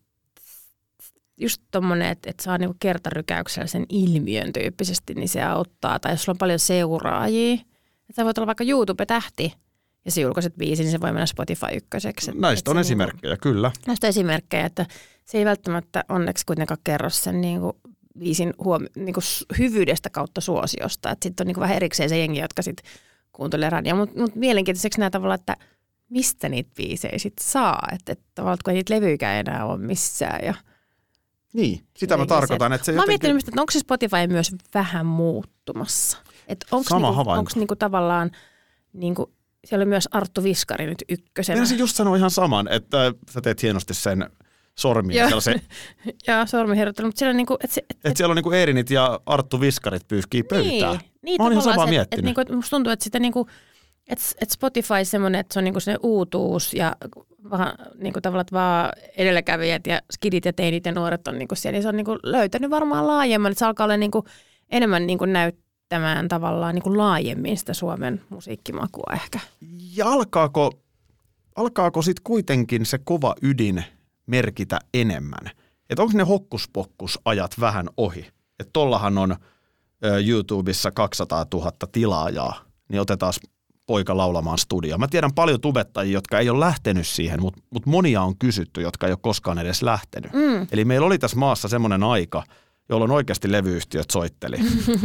just tommonen, että, että saa niinku kertarykäyksellä sen ilmiön tyyppisesti, niin se auttaa. Tai jos sulla on paljon seuraajia, että sä voit olla vaikka YouTube-tähti ja sä julkaiset biisin, niin se voi mennä Spotify ykköseksi. Näistä on esimerkkejä, niinku, kyllä. Näistä on esimerkkejä, että se ei välttämättä onneksi kuitenkaan kerro sen niinku biisin huomi- niinku hyvyydestä kautta suosiosta. Sitten on niinku vähän erikseen se jengi, jotka sitten kuuntelee radioa. Mutta mut mielenkiintoiseksi nämä tavalla, että mistä niitä biisejä sitten saa. Että et tavallaan, kun ei niitä levyykään enää ole missään ja niin, sitä mä tarkoitan. Että se mä oon jotenkin... miettinyt, että onko se Spotify myös vähän muuttumassa. Että sama niinku, havainto. Onko niinku tavallaan, niinku, siellä oli myös Arttu Viskari nyt ykkösenä. Minä just sanoin ihan saman, että sä teet hienosti sen sormien sellaisen. Joo, sormiherrottelu, mutta siellä on niinku, että se, et, et siellä on niinku Eirinit ja Arttu Viskarit pyyhkii pöytää. Niin, niin mä oon ihan samaa se, miettinyt. Et, et, niinku, et musta tuntuu, että sitä niinku, että et Spotify semmoinen, että se on niinku se uutuus ja vähän niinku tavallaan, että vaan edelläkävijät ja skidit ja teinit ja nuoret on niinku siellä, niin se on niinku löytänyt varmaan laajemman, että se alkaa olla niinku enemmän niinku näyttämään tavallaan niinku laajemmin sitä Suomen musiikkimakua ehkä. Ja alkaako, alkaako sitten kuitenkin se kova ydin merkitä enemmän? Että onko ne hokkuspokkusajat vähän ohi? Että tollahan on ö, YouTubessa kaksisataatuhatta tilaajaa, niin otetaan poika laulamaan studioon. Mä tiedän paljon tubettajia, jotka ei ole lähtenyt siihen, mutta mut monia on kysytty, jotka ei ole koskaan edes lähtenyt. Mm. Eli meillä oli tässä maassa semmoinen aika, jolloin oikeasti levyyhtiöt soitteli.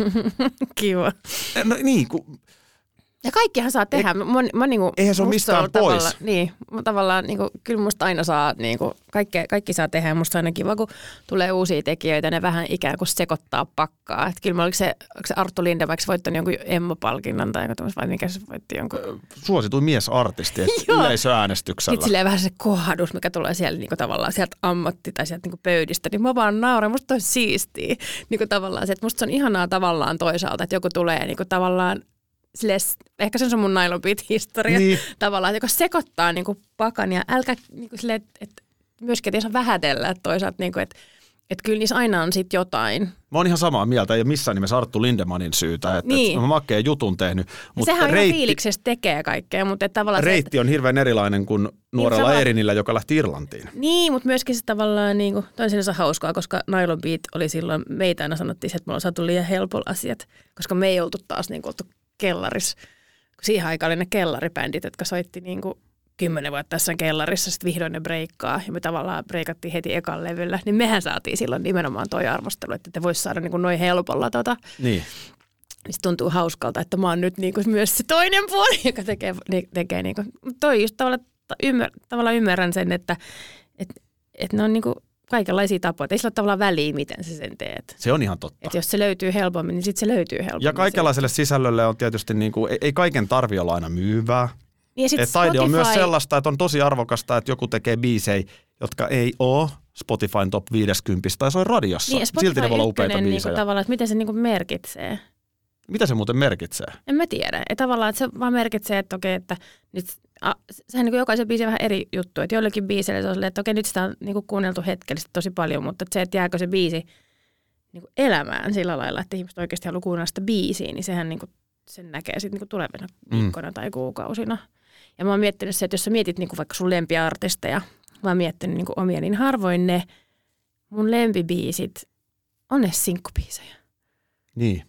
Kiva. No niin, kun... Ja kaikkihan saa tehdä. E- mä, mä, niinku, eihän se ole mistään pois. Tavalla, niin, tavallaan niinku, kyllä musta aina saa, niinku, kaikki, kaikki saa tehdä. Musta aina kiva, kun tulee uusia tekijöitä, ne vähän ikään kuin sekoittaa pakkaa. Et kyllä mä oliko se, oliko se Arttu Lindemäki voittanut jonkun Emma-palkinnon tai joku vai mikä se voitti jonkun? Suosituin miesartisti yleisöäänestyksellä. Sitten silleen vähän se kohdus, mikä tulee siellä niinku, tavallaan sieltä ammatti tai sieltä niinku, pöydistä, niin mä vaan nauran, musta toi siistiä. Niinku, tavallaan se, että musta se on ihanaa tavallaan toisaalta, että joku tulee niinku, tavallaan Silleen, ehkä se on mun nylon beat-historia niin. Tavallaan, joka sekoittaa niin kuin pakan ja älkä niin kuin silleen, että myöskin ei saa vähätellä, että toisaalta, niin kuin, että, että kyllä niissä aina on sitten jotain. Mä oon ihan samaa mieltä, ei missään nimessä Arttu Lindemanin syytä, että, niin. että mä makeen jutun tehnyt. Mutta sehän reitti, on ihan fiiliksessä tekee kaikkea. Mutta että tavallaan reitti se, että, on hirveän erilainen kuin nuorella niin, Erinillä, joka lähti Irlantiin. Niin, mutta myöskin se tavallaan, niin kuin, toi on sinänsä hauskaa, koska nylon beat oli silloin, meitä aina sanottiin, että me ollaan saatu liian helpolla asiat, koska me ei oltu taas niin kuin, oltu kellaris. Siihen aikaan oli ne kellaribändit, jotka soitti niin kuin kymmenen vuotta tässä kellarissa, sitten vihdoin ne breikkaa ja me tavallaan breikattiin heti ekan levyllä. Niin mehän saatiin silloin nimenomaan toi arvostelu, että te vois saada niin kuin noin helpolla tota. Niin. Niin se tuntuu hauskalta, että mä oon nyt niin kuin myös se toinen puoli, joka tekee, tekee niin kuin, toi just tavallaan, ymmär, tavallaan ymmärrän sen, että et, et ne on niin kuin kaikenlaisia tapoja. Ei sillä ole tavallaan väliä, miten sä sen teet. Se on ihan totta. Et jos se löytyy helpommin, niin sitten se löytyy helpommin. Ja kaikenlaiselle sisällölle on tietysti, niin kuin, ei kaiken tarvitse olla aina myyvää. Niin taide Spotify on myös sellaista, että on tosi arvokasta, että joku tekee biisejä, jotka ei ole Spotifyn top viisikymmentä tai soi radiossa. Niin, silti ne voi olla upeita niin biisejä. Tavallaan, että miten se niin kuin merkitsee. Mitä se muuten merkitsee? En mä tiedä. Et tavallaan, että se vaan merkitsee, että okei, että nyt, a, sehän niin kuin jokaisen biisin vähän eri juttu. Että joillekin biiseille se on silleen, että okei, nyt sitä on niin kuin kuunneltu hetkellisesti tosi paljon, mutta että se, että jääkö se biisi niin kuin elämään sillä lailla, että ihmiset oikeasti haluaa kuunnella sitä biisiä, niin sehän niin kuin, sen näkee sitten niin kuin tulevina viikkoina mm. tai kuukausina. Ja mä oon miettinyt se, että jos sä mietit niin kuin vaikka sun lempiartisteja, mä oon miettinyt niin kuin omia, niin harvoin ne mun lempibiisit on ne sinkkubiisejä. Niin.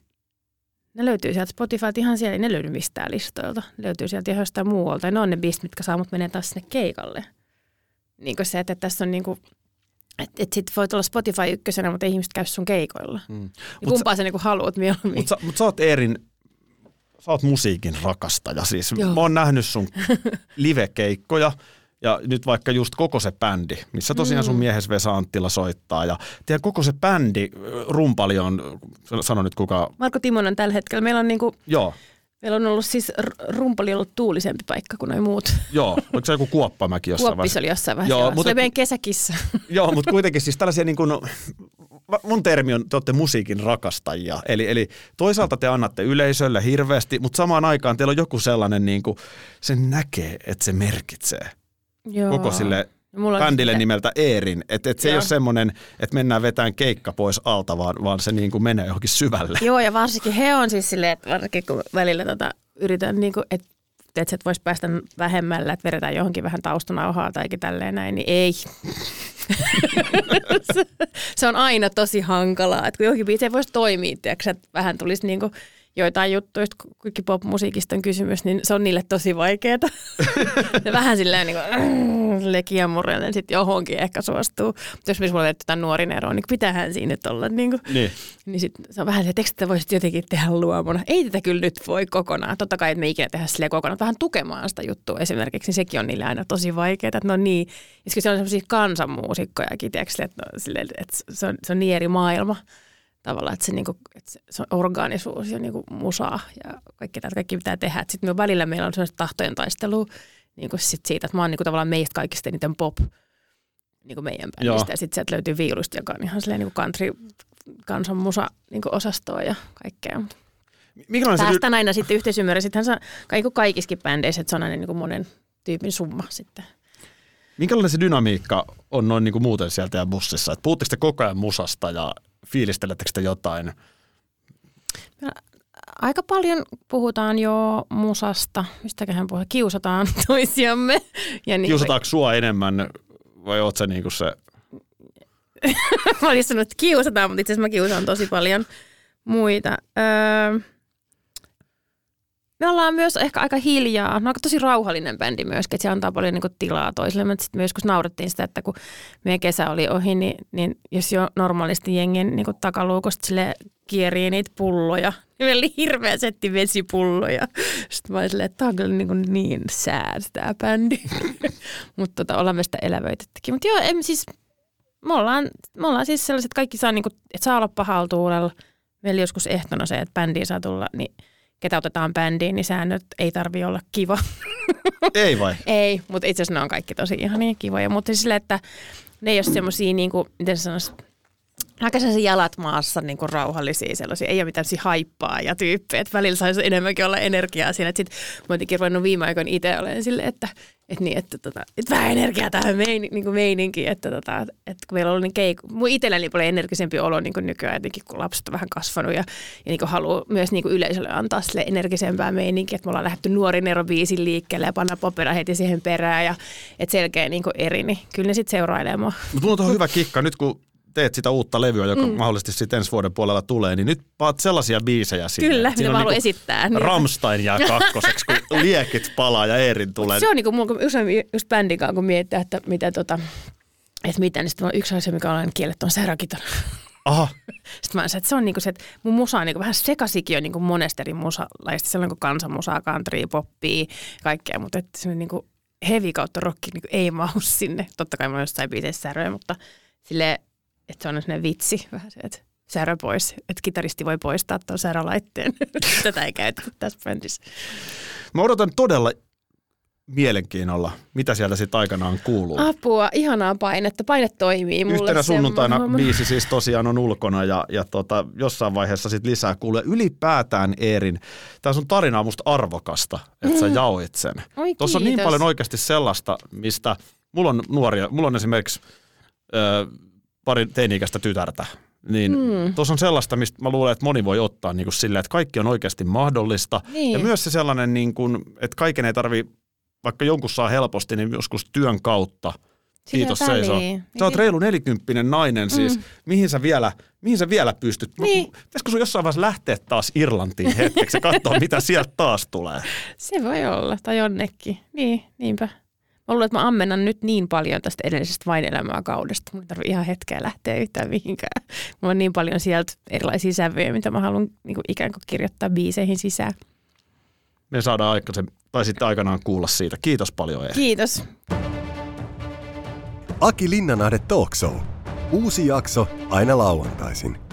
Ne löytyy sieltä Spotifylta ihan siellä, ei ne löydy mistään listoilta. Ne löytyy sieltä ihan jostain muualta. Ja ne on ne biisit, mitkä saa mut menee taas sinne keikalle. Niin kuin se, että tässä on niin kuin, että et sit voit olla Spotify ykkösenä, mutta ei ihmiset käy sun keikoilla. Mm. Ja kumpaa sä, sä niin kuin haluat mieluummin. Mutta sä, mut sä oot Eerin, sä oot musiikin rakastaja siis. Joo. Mä oon nähnyt sun livekeikkoja. Ja nyt vaikka just koko se bändi, missä tosiaan sun miehes Vesa Anttila soittaa. Ja tiedän, koko se bändi, rumpali on, sano nyt kuka... Marko Timonen tällä hetkellä. Meillä on, niinku, Joo. meillä on ollut siis, rumpali ollut tuulisempi paikka kuin noi muut. Joo, oliko se joku Kuoppamäki jossain vaiheessa? Kuoppis oli jossain vaiheessa. Joo, mutta, se oli meidän kesäkissa. Joo, mutta kuitenkin siis tällaisia niin kuin... Mun termi on, te olette musiikin rakastajia. Eli, eli toisaalta te annatte yleisölle hirveästi, mutta samaan aikaan teillä on joku sellainen, niin kuin, se näkee, että se merkitsee. Joo. Koko sille bändille sitten nimeltä Eerin. Että et se Joo. ei ole semmoinen, että mennään vetään keikka pois alta, vaan, vaan se niin kuin menee johonkin syvälle. Joo, ja varsinkin he on siis silleen, että varsinkin kun välillä tota, yritän, niin kuin, että et voisi päästä vähemmällä, että vedetään johonkin vähän taustanauhaa tai tälleen näin, niin ei. se, se on aina tosi hankalaa, että kun johonkin biisi ei voisi toimia, tiiäks, että vähän tulisi niin kuin joitain juttuja, kuinka pop-musiikista on kysymys, niin se on niille tosi vaikeaa. Vähän silleen niin kuin kiemurrellen sitten johonkin ehkä suostuu. Mutta jos missä mulla on jotain nuorin eroa, niin pitäähän siinä nyt olla. Niin, kuin, niin. niin sitten se on vähän se, että tätä voisit jotenkin tehdä luomuna. Ei tätä kyllä nyt voi kokonaan. Totta kai, että me ikinä tehdä silleen kokonaan. Vähän tukemaan sitä juttua esimerkiksi, niin sekin on niille aina tosi vaikeaa. Että no niin, ja se on sellaisia kansanmuusikkojakin, tiedätkö, että, no, silleen, että se, on, se on niin eri maailma. Tavallaan, että se, niinku, että se on orgaanisuus ja niinku musaa ja kaikki, kaikki pitää tehdä. Sitten me välillä meillä on sellaista tahtojen taistelua niinku sit siitä, että mä oon niinku tavallaan meistä kaikista eniten pop niinku meidän bändistä. Ja sitten sieltä löytyy viulusta, joka on ihan silleen niinku country kansan musa niinku osastoa ja kaikkea. Päästään aina sitten yhteisymmärrys. Sittenhän se kaikki kaikissakin bändeissä, että se on aina niinku monen tyypin summa sitten. Minkälainen se dynamiikka on noin niinku muuten sieltä ja bussissa? Et puhutteko te koko ajan musasta ja fiilistelettekö te jotain? Aika paljon puhutaan jo musasta. Mistäköhän puhutaan? Kiusataan toisiamme. Ja niin Kiusataanko sua enemmän vai oot sä niinku se? Mä olin sanonut, että kiusataan, mutta itse asiassa mä kiusaan tosi paljon muita. Öö... me ollaan myös ehkä aika hiljaa. No aika tosi rauhallinen bändi myöskin, että se antaa paljon niin kuin tilaa toisille. Mutta sitten myös kun naurettiin sitä, että kun meidän kesä oli ohi, niin, niin jos jo normaalisti jengen niin kuin takaluukosta sille kierii niitä pulloja, niin meillä oli hirveä setti vesipulloja. Sitten mä olin silleen, että tämä on kyllä niin, niin sad tämä bändi. Mutta tota, ollaan myös sitä elävöitettäkin. Mutta joo, em, siis, me, ollaan, me ollaan siis sellaiset, että kaikki saa, niin kuin, että saa olla pahalla tuulella. Meillä joskus ehtona se, että bändiin saa tulla, niin ketä otetaan bändiin, niin säännöt ei tarvitse olla kiva. Ei vai? Ei, mutta itse asiassa ne on kaikki tosi ihania kivoja. Mutta siis silleen, että ne ei ole semmosia, niin kuin, miten se sanoisi, aika sellaisia jalat maassa niin kuin rauhallisia sellaisia. Ei ole mitään haippaa ja tyyppejä. Että välillä saisi enemmänkin olla energiaa siinä. Sitten mä oon ruvennut viime aikoina itse olemaan silleen, että, että, niin, että, tota, että vähän energiaa tähän mein, niin kuin meininkiin. Että, tota, että kun meillä on ollut niin keiku, mun itselläni paljon energisempi olo niin kuin nykyään, etenkin kun lapset on vähän kasvanut ja, ja niin kuin haluaa myös niin kuin yleisölle antaa sille energisempää meininkiä. Että me ollaan lähdetty Nuori Nero -biisin liikkeelle ja panna popera heti siihen perään ja että selkeä niin kuin eri, niin kyllä ne sitten seurailee mua. Mutta mulla on tuohon hyvä kikka. Nyt kun teet sitä uutta levyä, joka mm. mahdollisesti sitten ensi vuoden puolella tulee, niin nyt paat sellaisia biisejä sinne. Kyllä, mitä mä haluan esittää. Rammstein jää kakkoseksi, kun liekit palaa ja Eerin tulee. Se on niin kuin mulla usein just bändin kanssa, kun miettii, että mitä tota, että mitä, niin sitten yksi asia, mikä on kielletty, on säräkitara. Aha. Sitten mä sanoin, että se on niin kuin se, että mun musa on niin kuin vähän sekasikin jo niin kuin monesta eri musalaista. Siellä on niin kansanmusaa, country, poppia, kaikkea, mutta että se niin kuin heavy kautta rocki niin kuin ei mahu sinne. Totta kai mä jossain biiseissä säröä, mutta silleen, että se on sellainen vitsi vähän se, että särö pois, että kitaristi voi poistaa tuon särölaitteen. Tätä ei käytä tässä bändissä. Mä odotan todella mielenkiinnolla, mitä sieltä sitten aikanaan kuuluu. Apua, ihanaa painetta. Paine toimii mulle. Yhtenä sunnuntaina semmo... biisi siis tosiaan on ulkona ja, ja tota, jossain vaiheessa sitten lisää kuuluu. Ylipäätään Eerin, tämä sun tarina on musta arvokasta, että sä jaoit sen. Oi, Tuossa on niin kiitos. paljon oikeasti sellaista, mistä mulla on nuoria, mulla on esimerkiksi ö, pari teini-ikäistä tytärtä. Niin mm. tuossa on sellaista, mistä mä luulen, että moni voi ottaa niin kuin silleen, että kaikki on oikeasti mahdollista. Niin. Ja myös se sellainen, niin kuin, että kaiken ei tarvitse, vaikka jonkun saa helposti, niin joskus työn kautta. Kiitos Seiso. Sä oot reilu nelikymppinen nainen siis. Mm. Mihin sä vielä, mihin sä vielä pystyt? Niin. Pitäisikö sun jossain vaiheessa lähteä taas Irlantiin hetkeksi ja katsoa, mitä sieltä taas tulee? Se voi olla, tai jonnekin. Niin, niinpä. Mä luulen, että mä ammennan nyt niin paljon tästä edellisestä Vain elämää kaudesta. Mun ei tarvitse ihan hetkeä lähteä yhtään mihinkään. Mulla on niin paljon sieltä erilaisia sävyjä, mitä mä haluan niin kuin ikään kuin kirjoittaa biiseihin sisään. Me saadaan aikaisen, tai sitten aikanaan kuulla siitä. Kiitos paljon, Eeri. Kiitos. Aki Linnanahde Talk Show. Uusi jakso aina lauantaisin.